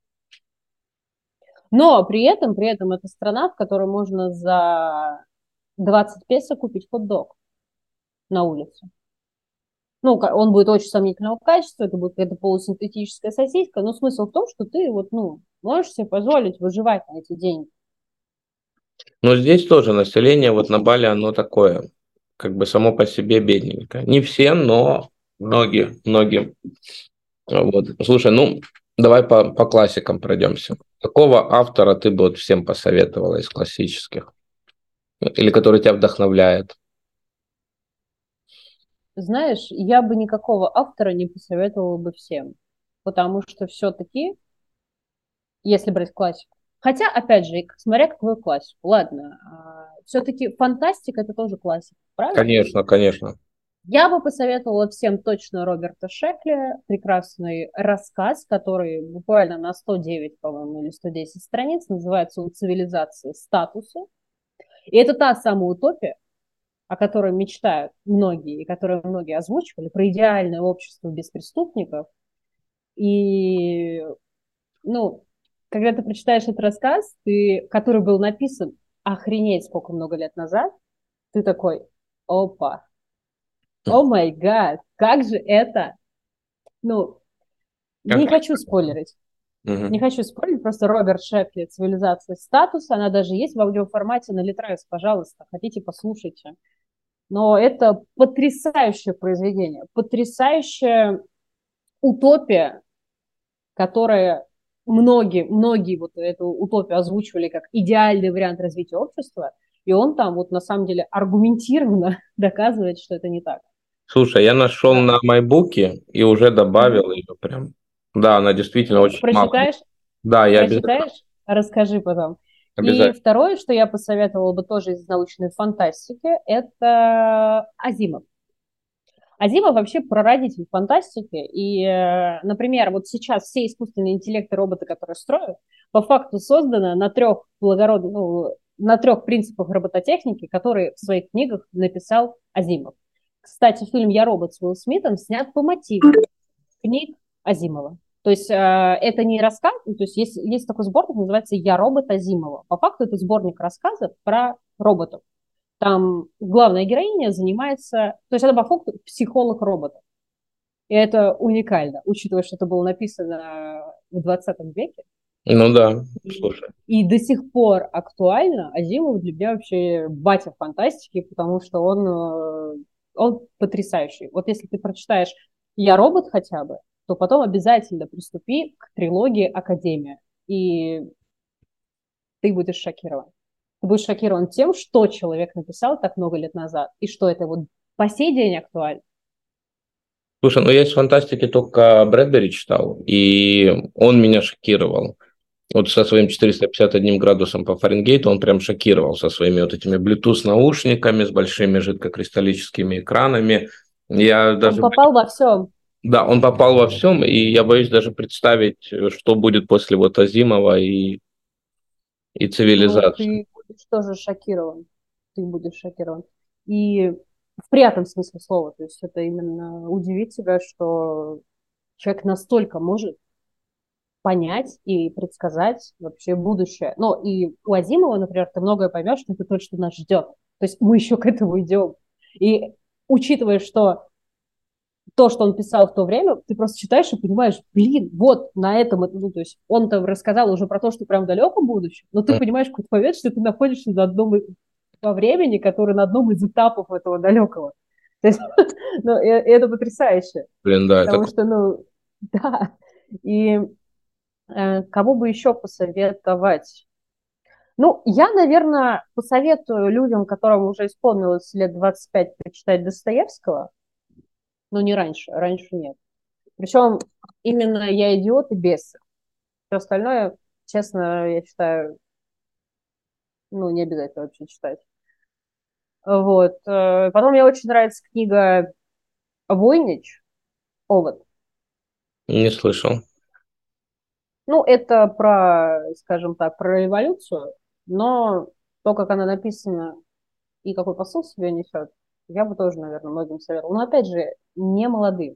Но при этом это страна, в которой можно за 20 песо купить хот-дог на улице. Ну, он будет очень сомнительного качества, это будет какая-то полусинтетическая сосиска, но смысл в том, что ты можешь себе позволить выживать на эти деньги. Но здесь тоже население вот на Бали, оно такое, как бы само по себе бедненькое. Не все, но многие, многие. Вот. Слушай, ну, давай по классикам пройдемся. Какого автора ты бы вот всем посоветовала из классических? Или который тебя вдохновляет? Знаешь, я бы никакого автора не посоветовала бы всем, потому что все-таки, если брать классику, хотя, опять же, смотря какую классику, ладно, все-таки фантастика это тоже классика, правильно? Конечно, конечно. Я бы посоветовала всем точно Роберта Шекли, прекрасный рассказ, который буквально на 109, по-моему, или 110 страниц, называется он «Цивилизация статуса». И это та самая утопия, о которой мечтают многие, и которую многие озвучивали, про идеальное общество без преступников. И, ну, когда ты прочитаешь этот рассказ, который был написан охренеть сколько много лет назад, ты такой, опа, о май гад, как же это, ну, Как? не хочу спойлерить. Не Мгм. хочу спойлерить, просто Роберт Шекли «Цивилизация статуса», она даже есть в аудиоформате на Литрес, пожалуйста, хотите, послушайте. Но это потрясающее произведение, потрясающая утопия, которая многие вот эту утопию озвучивали как идеальный вариант развития общества, и он там вот на самом деле аргументированно доказывает, что это не так. Слушай, я нашел Да. на майбуке и уже Мгм. добавил ее прям. Да, она действительно очень мало. Прочитаешь, Да, я обязательно. прочитаешь, расскажи потом. И Обязательно. второе, что я посоветовала бы тоже из научной фантастики, это Азимов. Азимов вообще прародитель фантастики. И, например, вот сейчас все искусственные интеллекты, роботы, которые строят, по факту созданы на трех принципах робототехники, которые в своих книгах написал Азимов. Кстати, фильм «Я робот» с Уилл Смитом снят по мотивам книг Азимова. То есть это не рассказ, то есть есть такой сборник, называется «Я робот» Азимова. По факту это сборник рассказов про роботов. Там главная героиня занимается, то есть она по факту психолог робота. И это уникально, учитывая, что это было написано в 20 веке. Ну да, И, слушай. и до сих пор актуально. Азимов для меня вообще батя фантастики, потому что он потрясающий. Вот если ты прочитаешь «Я робот» хотя бы, то потом обязательно приступи к трилогии «Академия». И ты будешь шокирован. Ты будешь шокирован тем, что человек написал так много лет назад, и что это вот по сей день актуально. Слушай, ну я из фантастики только Брэдбери читал, и он меня шокировал. Вот со своим 451 градусом по Фаренгейту он прям шокировал со своими вот этими Bluetooth-наушниками с большими жидкокристаллическими экранами. Я Он даже... попал во всем. Да, он попал во всем, и я боюсь даже представить, что будет после вот Азимова и Ну, цивилизации. ты будешь тоже шокирован. Ты будешь шокирован. И в приятном смысле слова. То есть это именно удивит тебя, что человек настолько может понять и предсказать вообще будущее. Но и у Азимова, например, ты многое поймешь, что это то, что нас ждет. То есть мы еще к этому идем. И учитывая, что то, что он писал в то время, ты просто читаешь и понимаешь, блин, вот на этом, ну, то есть он там рассказал уже про то, что прям в далеком будущем, но ты понимаешь в какой-то момент, что ты находишься на одном во времени, который на одном из этапов этого далекого. То есть, ну, это потрясающе, Блин, да, это... потому что, ну, да, и кого бы еще посоветовать? Ну, я, наверное, посоветую людям, которым уже исполнилось лет 25, прочитать Достоевского, но не раньше, раньше нет. Причем именно «Я идиот» и «Бесы». Все остальное, честно, я считаю, ну, не обязательно вообще читать. Вот. Потом мне очень нравится книга «Войнич», «Овод». Не слышал. Ну, это про, скажем так, про революцию, но то, как она написана и какой посыл себе несет, я бы тоже, наверное, многим советовала. Но, опять же, не молодым.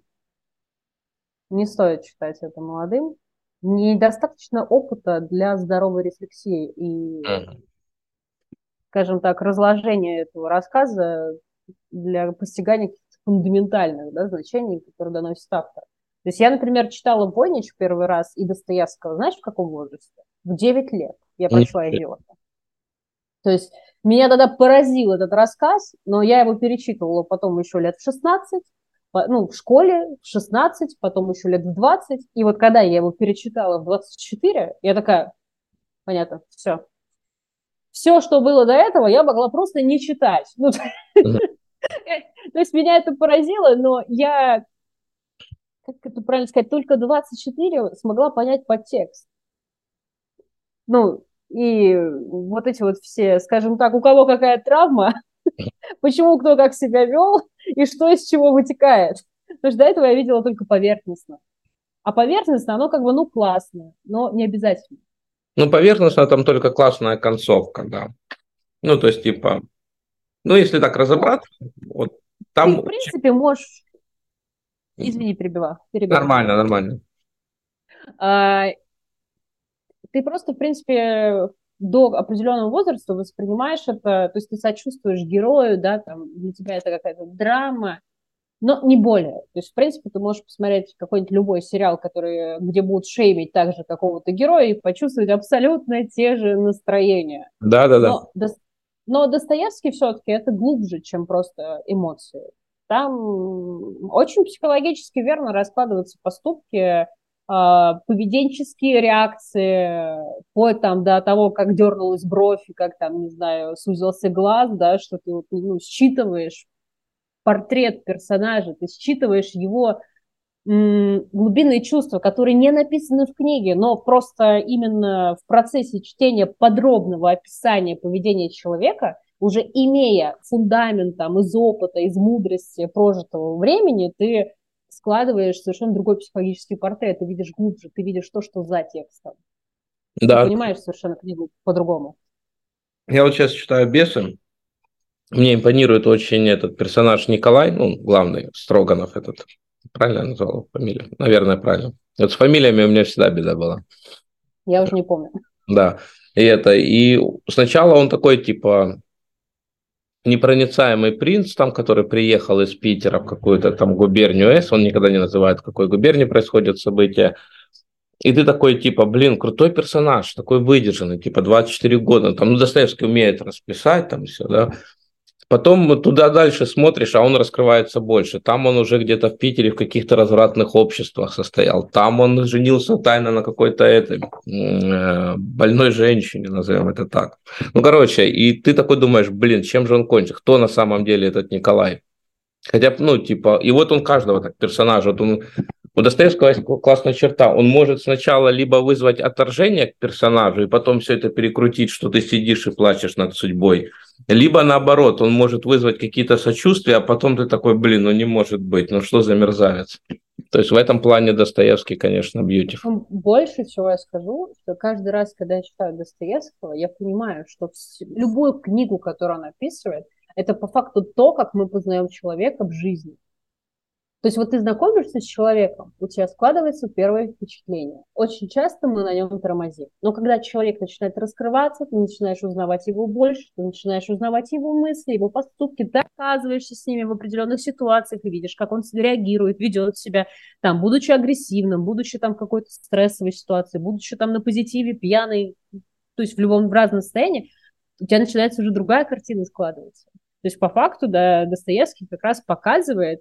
Не стоит читать это молодым. Недостаточно опыта для здоровой рефлексии и, Мгм. скажем так, разложения этого рассказа для постигания каких-то фундаментальных, да, значений, которые доносит автор. То есть я, например, читала Войнич первый раз и Достоевского, знаешь, в каком возрасте? В 9 лет я Не- прочла «Идиота». То есть меня тогда поразил этот рассказ, но я его перечитывала потом еще лет в 16, ну, в школе в 16, потом еще лет в 20. И вот когда я его перечитала в 24, я такая, понятно, все. Все, что было до этого, я могла просто не читать. Ну, то Мгм. есть меня это поразило, но я, как это правильно сказать, только 24 смогла понять подтекст. Ну, и вот эти вот все, скажем так, у кого какая травма, почему кто как себя вел и что из чего вытекает. Потому что до этого я видела только поверхностно. А поверхностно, оно как бы, ну, классное, но не обязательно. Ну, поверхностно там только классная концовка, да. Ну, то есть, типа, ну, если так Ну, разобраться, вот ты, в там принципе, можешь... Извини, перебила. нормально, нормально. А, ты просто, в принципе, до определенного возраста воспринимаешь это, то есть ты сочувствуешь герою, да, там, для тебя это какая-то драма, но не более. То есть, в принципе, ты можешь посмотреть какой-нибудь любой сериал, который, где будут шеймить также какого-то героя и почувствовать абсолютно те же настроения. Да, да, да. Но Достоевский все-таки это глубже, чем просто эмоции. Там очень психологически верно раскладываются поступки, поведенческие реакции, вплоть там до того, как дернулась бровь и как там, не знаю, сузился глаз, да, что ты вот, ну, считываешь портрет персонажа, ты считываешь его глубинные чувства, которые не написаны в книге, но просто именно в процессе чтения подробного описания поведения человека, уже имея фундамент там, из опыта, из мудрости прожитого времени, ты складываешь совершенно другой психологический портрет, ты видишь глубже, ты видишь то, что за текстом. Ты Да, понимаешь совершенно книгу по-другому. я вот сейчас читаю «Бесы». Мне импонирует очень этот персонаж Николай, ну, главный, Строганов этот. Правильно я назвал фамилию? Наверное, правильно. Вот с фамилиями у меня всегда беда была. Я уже не помню. Да. И сначала он такой, типа, непроницаемый принц, там, который приехал из Питера в какую-то там губернию С, он никогда не называет, в какой губернии происходят события. И ты такой, типа, блин, крутой персонаж, такой выдержанный, типа, 24 года. Там, ну, Достоевский умеет расписать, там все, да. Потом туда дальше смотришь, а он раскрывается больше. Там он уже где-то в Питере в каких-то развратных обществах состоял. Там он женился тайно на какой-то этой больной женщине, назовем это так. Ну, короче, и ты такой думаешь, блин, чем же он кончил? Кто на самом деле этот Николай? Хотя, ну, типа, и вот он каждого так персонажа, вот он, у Достоевского есть классная черта, он может сначала либо вызвать отторжение к персонажу, и потом все это перекрутить, что ты сидишь и плачешь над судьбой, либо наоборот, он может вызвать какие-то сочувствия, а потом ты такой, блин, ну не может быть, ну что за мерзавец. То есть в этом плане Достоевский, конечно, бьютифул. Причем больше чего я скажу, что каждый раз, когда я читаю Достоевского, я понимаю, что любую книгу, которую он описывает, это по факту то, как мы познаем человека в жизни. То есть вот ты знакомишься с человеком, у тебя складывается первое впечатление. Очень часто мы на нем тормозим. Но когда человек начинает раскрываться, ты начинаешь узнавать его больше, ты начинаешь узнавать его мысли, его поступки, доказываешься с ними в определенных ситуациях и видишь, как он реагирует, ведет себя, там, будучи агрессивным, будучи там в какой-то стрессовой ситуации, будучи там на позитиве, пьяный, то есть в разном состоянии, у тебя начинается уже другая картина складываться. То есть по факту, да, Достоевский как раз показывает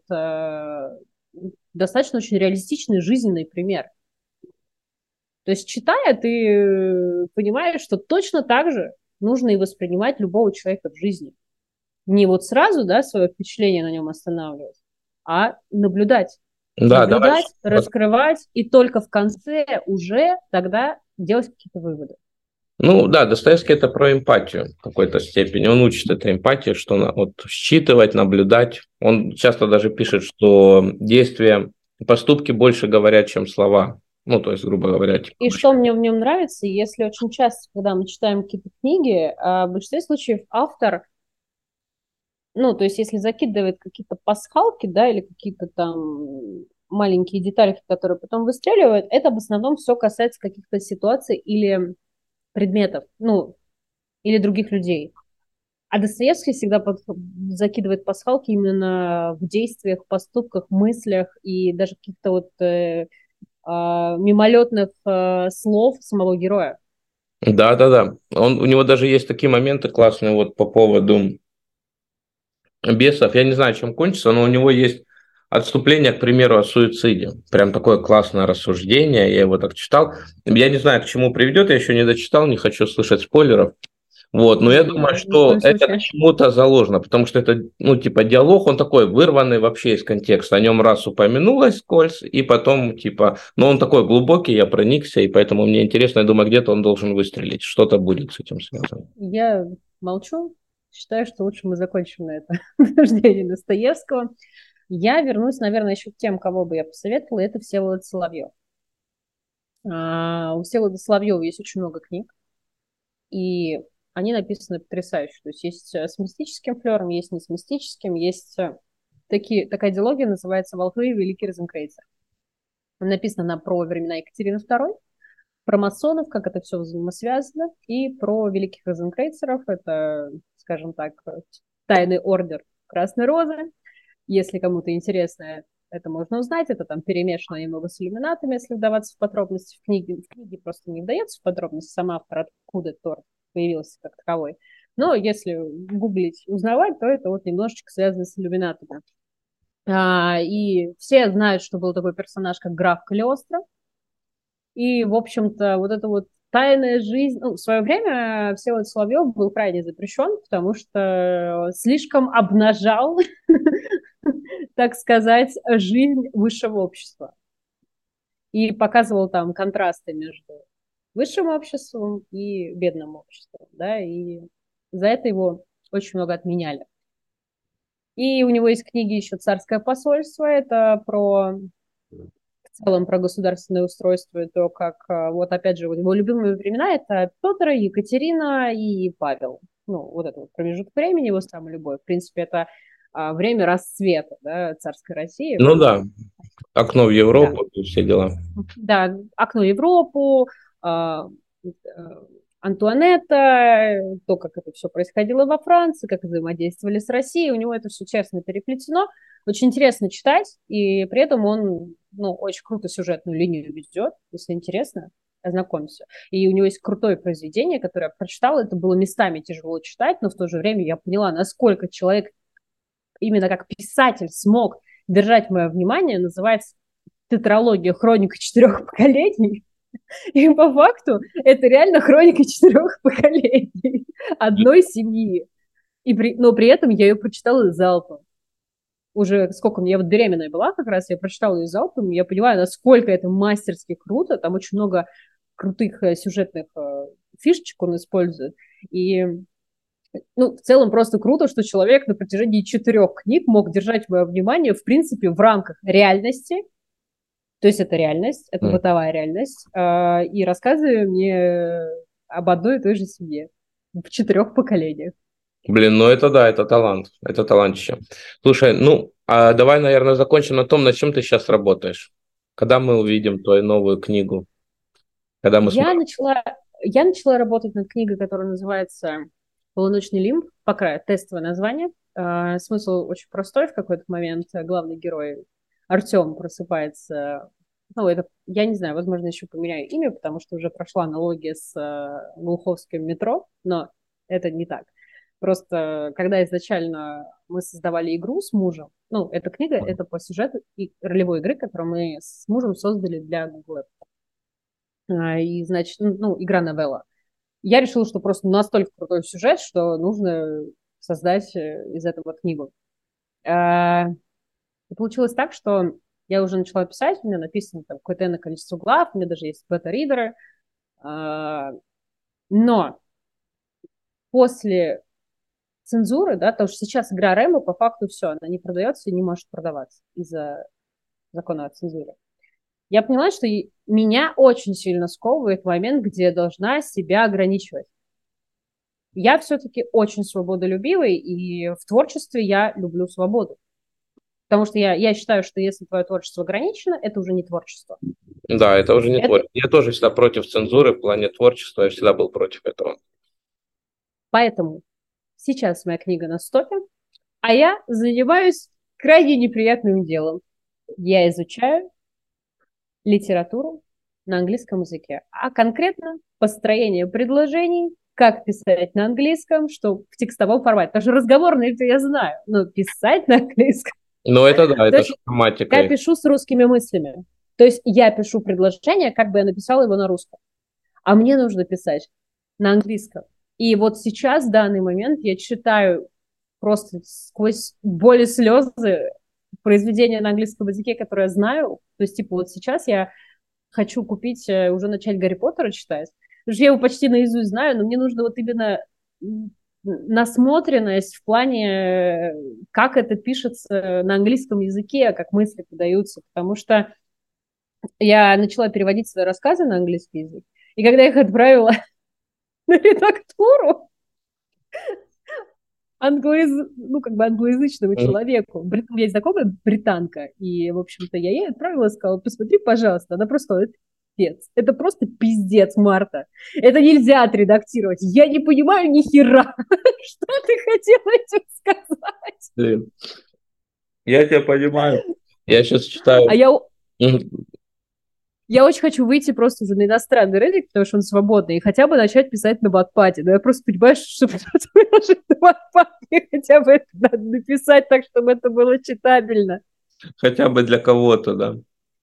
достаточно очень реалистичный жизненный пример. То есть читая, ты понимаешь, что точно так же нужно и воспринимать любого человека в жизни. Не вот сразу, да, свое впечатление на нем останавливать, а наблюдать. Да, давай. Наблюдать, раскрывать, и только в конце уже тогда делать какие-то выводы. Ну да, Достоевский это про эмпатию в какой-то степени. Он учит этой эмпатии, что вот считывать, наблюдать. Он часто даже пишет, что действия, поступки больше говорят, чем слова. Ну, то есть, грубо говоря, типа, И что мне в нем нравится, если очень часто, когда мы читаем какие-то книги, в большинстве случаев автор, ну, то есть если закидывает какие-то пасхалки, да, или какие-то там маленькие детальки, которые потом выстреливают, это в основном все касается каких-то ситуаций или предметов, ну, или других людей. А Достоевский всегда закидывает пасхалки именно в действиях, поступках, мыслях и даже каких-то вот мимолетных слов самого героя. да, да, да. У него даже есть такие моменты классные вот по поводу бесов. Я не знаю, чем кончится, но у него есть отступление, к примеру, о суициде. Прям такое классное рассуждение. Я его так читал. Я не знаю, к чему приведет, я еще не дочитал, не хочу слышать спойлеров. Вот, но я думаю, Ни в что коем это к случае. чему-то заложено, потому что это, ну, типа, диалог, он такой вырванный вообще из контекста. О нем раз упомянулось скользь, и потом, типа, но он такой глубокий, я проникся, и поэтому мне интересно, я думаю, где-то он должен выстрелить, что-то будет с этим связано. Я молчу. Считаю, что лучше мы закончим на это обсуждение Достоевского. Я вернусь, наверное, еще к тем, кого бы я посоветовала. Это Всеволод Соловьев. У Всеволода Соловьева есть очень много книг, и они написаны потрясающе. То есть есть с мистическим флером, есть не с мистическим, есть такая диалогия называется «Волхвы и Великий Розенкрейцер». Написана она про времена Екатерины II, про масонов, как это все взаимосвязано, и про великих розенкрейцеров. Это, скажем так, тайный ордер Красной Розы. Если кому-то интересно, это можно узнать. Это там перемешано немного с иллюминатами, если вдаваться в подробности. В книге просто не вдается в подробности сам автор, откуда Тор появился как таковой. Но если гуглить, узнавать, то это вот немножечко связано с иллюминатами. И все знают, что был такой персонаж, как граф Калиостро. И, в общем-то, вот эта вот тайная жизнь... Ну, в свое время Всеволод Соловьев был крайне запрещен, потому что слишком обнажал, так сказать, жизнь высшего общества. И показывал там контрасты между высшим обществом и бедным обществом, да, и за это его очень много отменяли. И у него есть книги еще «Царское посольство», это в целом про государственное устройство, и то, как, вот опять же, вот его любимые времена – это Петр, Екатерина и Павел. Ну, вот это вот промежуток времени, его самая любовь. В принципе, это время расцвета, да, царской России. Ну да, окно в Да. Европу и все дела. Да, «Окно в Европу», Антуанетта, то, как это все происходило во Франции, как взаимодействовали с Россией, у него это все честно переплетено. Очень интересно читать, и при этом он, ну, очень круто сюжетную линию ведет, если интересно, ознакомься. И у него есть крутое произведение, которое я прочитала, это было местами тяжело читать, но в то же время я поняла, насколько человек именно как писатель смог держать мое внимание, называется «Тетралогия. Хроника четырех поколений». И по факту это реально хроника четырех поколений одной семьи. Но при этом я ее прочитала залпом. Уже сколько я вот беременная была как раз, я прочитала ее залпом, я понимаю, насколько это мастерски круто, там очень много крутых сюжетных фишечек он использует. И ну, в целом просто круто, что человек на протяжении 4 книг мог держать мое внимание, в принципе, в рамках реальности, то есть это реальность, это бытовая реальность, и рассказывая мне об одной и той же семье в 4 поколениях. Блин, ну это да, это талант, это талантище. Слушай, ну, а давай, наверное, закончим на том, над чем ты сейчас работаешь. Когда мы увидим твою новую книгу? Когда мы Я сможем... начала, я начала работать над книгой, которая называется «Полуночный лимб», пока тестовое название. Смысл очень простой. В какой-то момент главный герой Артем просыпается. Ну, это, я не знаю, возможно, еще поменяю имя, потому что уже прошла аналогия с Глуховским метро, но это не так. Просто когда изначально мы создавали игру с мужем, ну, эта книга, это по сюжету и ролевой игры, которую мы с мужем создали для Google. И, значит, ну, игра новелла. Я решила, что просто настолько крутой сюжет, что нужно создать из этого книгу. И получилось так, что я уже начала писать, у меня написано там какое-то количество глав, у меня даже есть бета-ридеры. Но после цензуры, да, потому что сейчас игра Рэмбо, по факту все, она не продается и не может продаваться из-за закона о цензуре. Я поняла, что меня очень сильно сковывает момент, где я должна себя ограничивать. Я все-таки очень свободолюбивый, и в творчестве я люблю свободу. Потому что я считаю, что если твое творчество ограничено, это уже не творчество. Да, это уже не Это творчество. Я тоже всегда против цензуры в плане творчества, я всегда был против этого. поэтому сейчас моя книга на стопе, а я занимаюсь крайне неприятным делом. Я изучаю литературу на английском языке, а конкретно построение предложений, как писать на английском, что в текстовом формате. Потому что разговорный это я знаю, но писать на английском. Но это да, То это с есть я грамматикой. пишу с русскими мыслями. То есть я пишу предложение, как бы я написала его на русском. А мне нужно писать на английском. И вот сейчас, в данный момент, я читаю просто сквозь боль и слезы произведения на английском языке, которые я знаю. То есть, типа, вот сейчас я хочу купить, уже начать Гарри Поттера читать. Потому что я его почти наизусть знаю, но мне нужно вот именно насмотренность в плане, как это пишется на английском языке, как мысли подаются. Потому что я начала переводить свои рассказы на английский язык. И когда я их отправила на редактуру ну, как бы англоязычному Мгм. человеку, у меня есть знакомая британка, и, в общем-то, я ей отправила, сказала, посмотри, пожалуйста. Она просто сказала, это пиздец. Это просто пиздец, Марта. Это нельзя отредактировать. Я не понимаю ни хера. Что ты хотела этим сказать? Блин, я тебя понимаю. Я сейчас А читаю. Мгм. я очень хочу выйти просто уже на иностранный рынок, потому что он свободный, и хотя бы начать писать на Wattpad. Но я просто понимаю, что чтобы выложить на Wattpad, хотя бы это надо написать так, чтобы это было читабельно. Хотя бы для кого-то, да.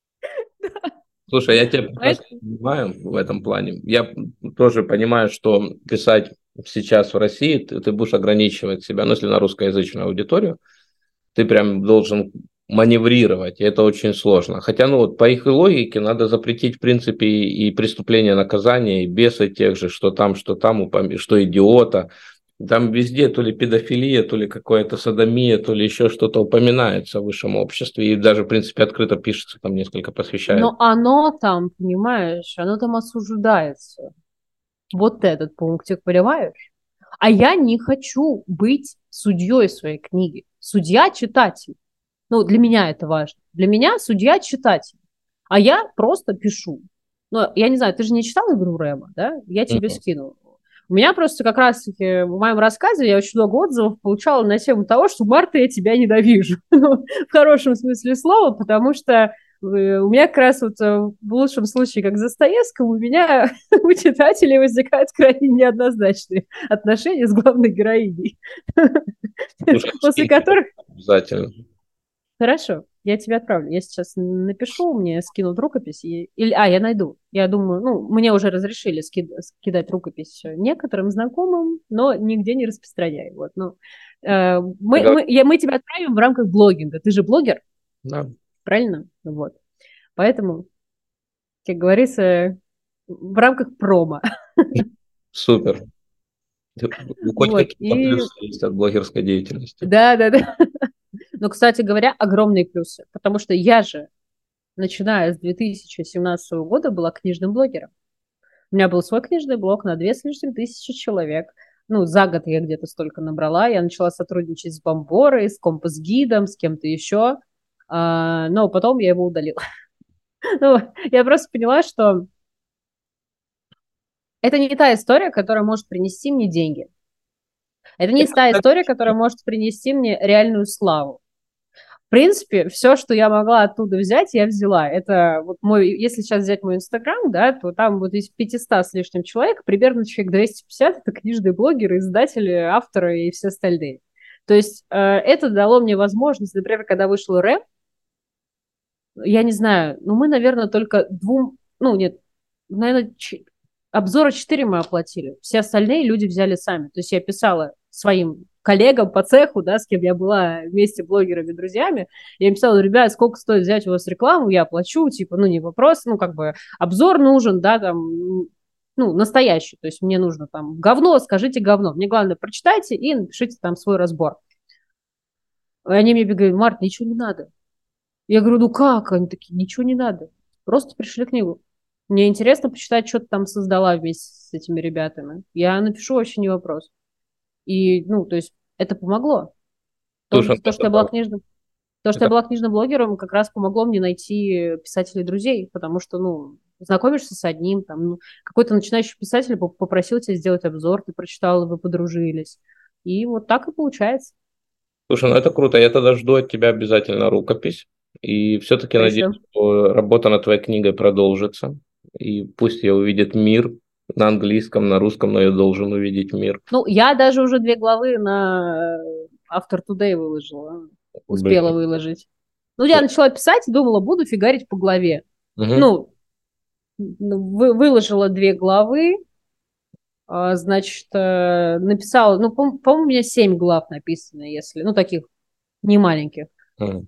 Слушай, я тебя прекрасно Поэтому понимаю в этом плане. Я тоже понимаю, что писать сейчас в России ты будешь ограничивать себя, ну, если на русскоязычную аудиторию, ты прям должен маневрировать, и это очень сложно. Хотя, ну, вот по их логике надо запретить, в принципе, и преступление наказания, и бесы тех же, что там, что идиота. Там везде то ли педофилия, то ли какая-то садомия, то ли еще что-то упоминается в высшем обществе, и даже, в принципе, открыто пишется, там несколько посвящает. но оно там, понимаешь, оно там осуждается. Вот этот пунктик, понимаешь? А я не хочу быть судьей своей книги. Судья– читатель. Ну, для меня это важно. Для меня судья– читатель. А я просто пишу. Ну, я не знаю, ты же не читал игру Рэма, да? Я тебе Мгм. скину. У меня просто как раз-таки в моем рассказе я очень много отзывов получала на тему того, что Марта, я тебя ненавижу. Ну, в хорошем смысле слова, потому что у меня как раз вот в лучшем случае, как с Достоевским, у меня у читателей возникают крайне неоднозначные отношения с главной героиней, Слушай, после скинь которых обязательно. хорошо, я тебе отправлю. Я сейчас напишу, мне скинут рукопись. Я найду. Я думаю, ну, мне уже разрешили скидать рукопись некоторым знакомым, но нигде не распространяй. Вот, ну, мы тебя отправим в рамках блогинга. Ты же блогер, Да, правильно? Вот. Поэтому, как говорится, в рамках промо. супер. Хоть Вот. какие-то И плюсы есть от блогерской деятельности. да, да, да. Но, кстати говоря, огромные плюсы. Потому что я же, начиная с 2017 года, была книжным блогером. У меня был свой книжный блог на 2 с лишним тысячи человек. ну, за год я где-то столько набрала. Я начала сотрудничать с Бомборой, с Компас-гидом, с кем-то еще. Но потом я его удалила. Ну, я просто поняла, что это не та история, которая может принести мне деньги. Это не та история, которая может принести мне реальную славу. В принципе, все, что я могла оттуда взять, я взяла. Это вот мой, если сейчас взять мой Инстаграм, да, то там вот из 500 с лишним человек, примерно человек 250 это книжные блогеры, издатели, авторы и все остальные. То есть это дало мне возможность, например, когда вышел рэп, я не знаю, ну мы, наверное, только двум, ну нет, наверное, обзора 4 мы оплатили. Все остальные люди взяли сами. То есть я писала своим коллегам по цеху, да, с кем я была вместе блогерами, друзьями, я им писала: ребят, сколько стоит взять у вас рекламу, я оплачу, типа, ну, не вопрос, ну, как бы, обзор нужен, да, там, ну, настоящий, то есть мне нужно там говно, скажите говно, мне главное, прочитайте и напишите там свой разбор. И они мне говорят: Март, ничего не надо. Я говорю: ну как? Они такие: ничего не надо, просто пришли книгу. Мне интересно почитать, что ты там создала вместе с этими ребятами. Я напишу, вообще не вопрос. И, ну, то есть это помогло. Слушай, То, что я была книжным, то, что я это была книжным блогером, как раз помогло мне найти писателей-друзей, потому что, ну, знакомишься с одним, там, ну, какой-то начинающий писатель попросил тебя сделать обзор, ты прочитал, вы подружились. И вот так и получается. Слушай, ну это круто. Я тогда жду от тебя обязательно рукопись. И все-таки надеюсь, Пришлю. что работа над твоей книгой продолжится. И пусть ее увидит мир на английском, на русском, но я должен увидеть мир. Ну, я даже уже 2 главы на After Today выложила. Успела Блин. выложить. Ну, я начала писать, думала, буду фигарить по главе. Угу. Ну, выложила 2 главы, значит, написала, ну, по-моему, у меня 7 глав написано, если, ну, таких не маленьких. Угу.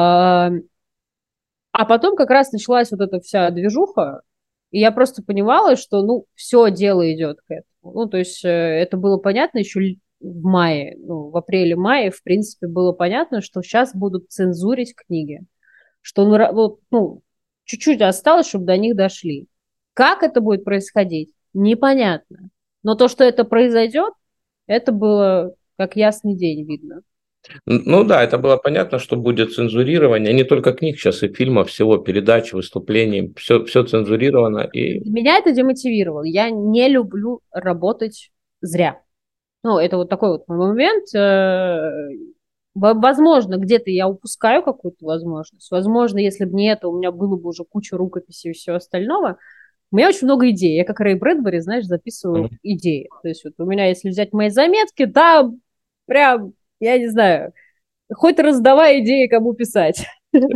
А потом как раз началась вот эта вся движуха, и я просто понимала, что, ну, все дело идет к этому. Ну, то есть это было понятно еще в мае, ну, в апреле-мае, в принципе, было понятно, что сейчас будут цензурить книги, что, ну, чуть-чуть осталось, чтобы до них дошли. Как это будет происходить, непонятно. Но то, что это произойдет, это было как ясный день видно. Ну да, это было понятно, что будет цензурирование. Не только книг, сейчас и фильмов, всего, передач, выступлений. Все цензурировано. И... Меня это демотивировало. Я не люблю работать зря. Ну, это вот такой вот момент. Возможно, где-то я упускаю какую-то возможность. Возможно, если бы не это, у меня было бы уже куча рукописей и всего остального. У меня очень много идей. Я как Рэй Брэдбери, знаешь, записываю идеи. То есть вот у меня, если взять мои заметки, там прям, я не знаю, хоть раздавай идеи, кому писать.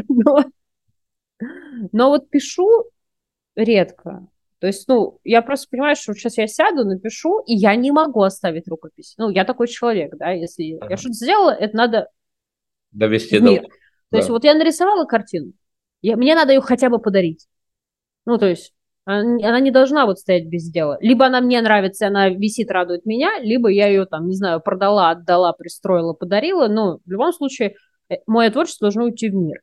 Но вот пишу редко. То есть, ну, я просто понимаю, что сейчас я сяду, напишу, и я не могу оставить рукопись. Ну, я такой человек, да, если я что-то сделала, это надо довести в до... мир. То есть Да. вот я нарисовала картину, мне надо ее хотя бы подарить. Ну, то есть она не должна вот стоять без дела. Либо она мне нравится, она висит, радует меня, либо я ее там, не знаю, продала, отдала, пристроила, подарила. Но в любом случае мое творчество должно уйти в мир.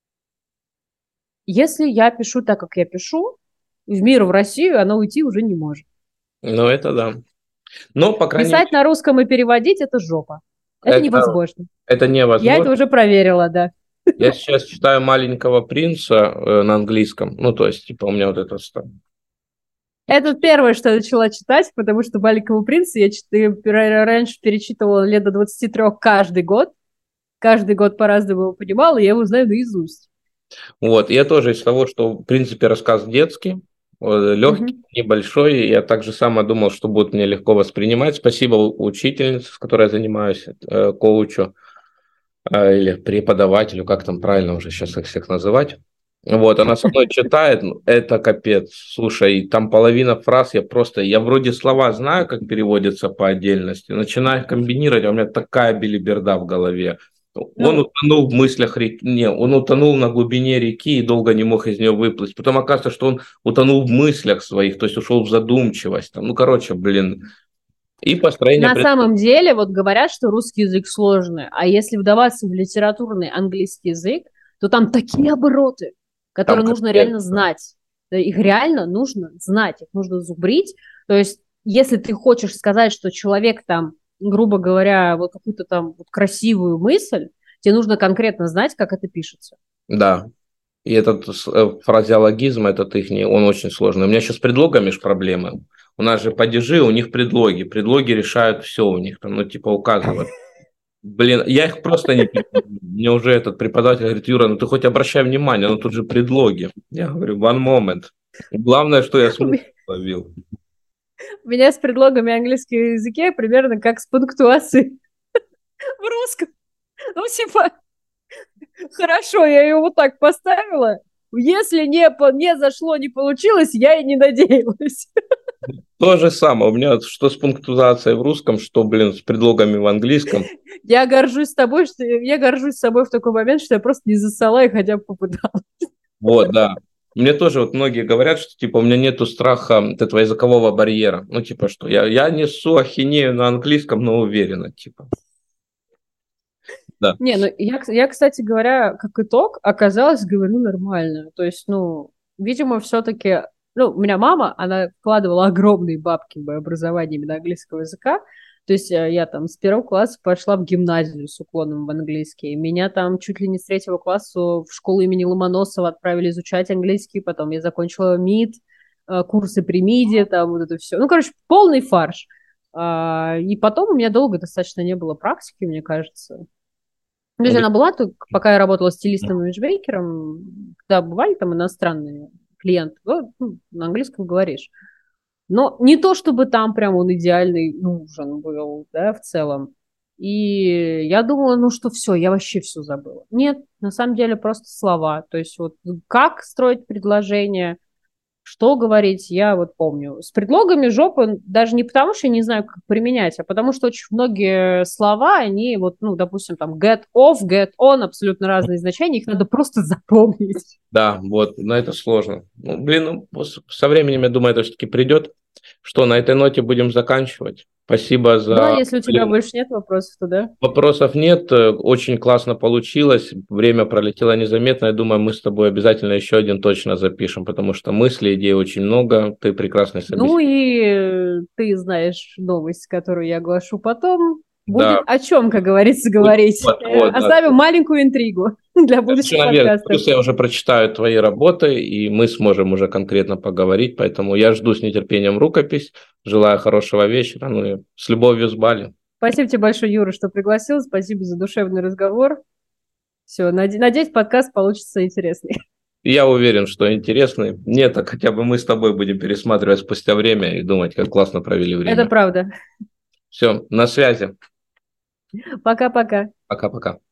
Если я пишу так, как я пишу, в мир, в Россию, оно уйти уже не может. Ну это да. Но, по крайней Писать на русском и переводить – это жопа. Это мере, невозможно. это Я это невозможно. уже проверила, да. Я сейчас читаю «Маленького принца» на английском. Ну, то есть, типа, у меня вот это... Это первое, что я начала читать, потому что «Маленького принца» я раньше перечитывала лет до 23 каждый год. Каждый год по-разному его понимала, и я его знаю наизусть. Вот, я тоже из того, что, в принципе, рассказ детский, легкий, Мгм. небольшой. Я также само думал, что будет мне легко воспринимать. Спасибо учительнице, с которой я занимаюсь, коучу или преподавателю, как там правильно уже сейчас их всех называть. Вот, она со мной читает, ну, это капец. Слушай, там половина фраз я вроде слова знаю, как переводятся по отдельности, начинаю их комбинировать, а у меня такая белиберда в голове. Он Ну, утонул в мыслях реки, не, он утонул на глубине реки и долго не мог из нее выплыть. Потом оказывается, что он утонул в мыслях своих, то есть ушел в задумчивость. Там, ну, короче, блин. И построение на самом деле, вот говорят, что русский язык сложный, а если вдаваться в литературный английский язык, то там такие обороты, там которые нужно капец. реально знать. Их реально нужно знать, их нужно зубрить. То есть если ты хочешь сказать, что человек там, грубо говоря, вот какую-то там вот красивую мысль, тебе нужно конкретно знать, как это пишется. Да. И этот фразеологизм, этот их, он очень сложный. У меня сейчас с предлогами ж проблемы. У нас же падежи, у них предлоги. Предлоги решают все у них. Там, ну, типа, указывают. Блин, я их просто не понимаю. Мне уже этот преподаватель говорит: Юра, ну ты хоть обращай внимание, ну тут же предлоги. Я говорю: one moment. Главное, что я У смысл ловил. меня с предлогами английского языке примерно как с пунктуацией в русском. Ну, типа, хорошо, я ее вот так поставила. Если не зашло, не получилось, я и не надеялась. То же самое. У меня что с пунктуацией в русском, что, блин, с предлогами в английском. Я горжусь тобой, что я горжусь собой в такой момент, что я просто не засала и хотя бы попыталась. Вот, да. Мне тоже вот многие говорят, что типа у меня нету страха вот этого языкового барьера. Ну, типа, что я несу ахинею на английском, но уверенно, типа. Да. Не, ну я, кстати говоря, как итог, оказалось, говорю нормально. То есть, ну, видимо, все-таки, ну, у меня мама, она вкладывала огромные бабки в мое образование именно английского языка. То есть я там с первого класса пошла в гимназию с уклоном в английский. Меня там чуть ли не с третьего класса в школу имени Ломоносова отправили изучать английский. Потом я закончила МИД, курсы при МИДе, там вот это все. Ну, короче, полный фарш. И потом у меня долго достаточно не было практики, мне кажется. То есть она была, пока я работала стилистом и имиджмейкером, когда бывали там иностранные клиенты, ну, на английском говоришь. Но не то, чтобы там прям он идеальный нужен был, да, в целом. И я думала, ну что, все, я вообще все забыла. Нет, на самом деле просто слова. То есть вот как строить предложение, что говорить, я вот помню. С предлогами жопы даже не потому, что я не знаю, как применять, а потому что очень многие слова, они вот, ну, допустим, там get off, get on, абсолютно разные значения, их надо просто запомнить. Да, вот, но это сложно. Ну, блин, ну, со временем, я думаю, это все-таки придет. Что, на этой ноте будем заканчивать. Спасибо Да, за... если у тебя Блин, больше нет вопросов, то да. вопросов нет, очень классно получилось, время пролетело незаметно. Я думаю, мы с тобой обязательно еще один точно запишем, потому что мыслей, идей очень много, ты прекрасный Ну собеседник. и ты знаешь новость, которую я оглашу потом. Будет Да, о чем, как говорится, говорить. вот, да. Оставим маленькую интригу для будущих Совершенно верно. подкастов. Плюс я уже прочитаю твои работы, и мы сможем уже конкретно поговорить. Поэтому я жду с нетерпением рукопись. Желаю хорошего вечера. Ну и с любовью, с Бали. Спасибо тебе большое, Юра, что пригласил. Спасибо за душевный разговор. Все, надеюсь, подкаст получится интересный. И я уверен, что интересный. Нет, так хотя бы мы с тобой будем пересматривать спустя время и думать, как классно провели Это время. правда. Все, на связи. Пока-пока. Пока-пока.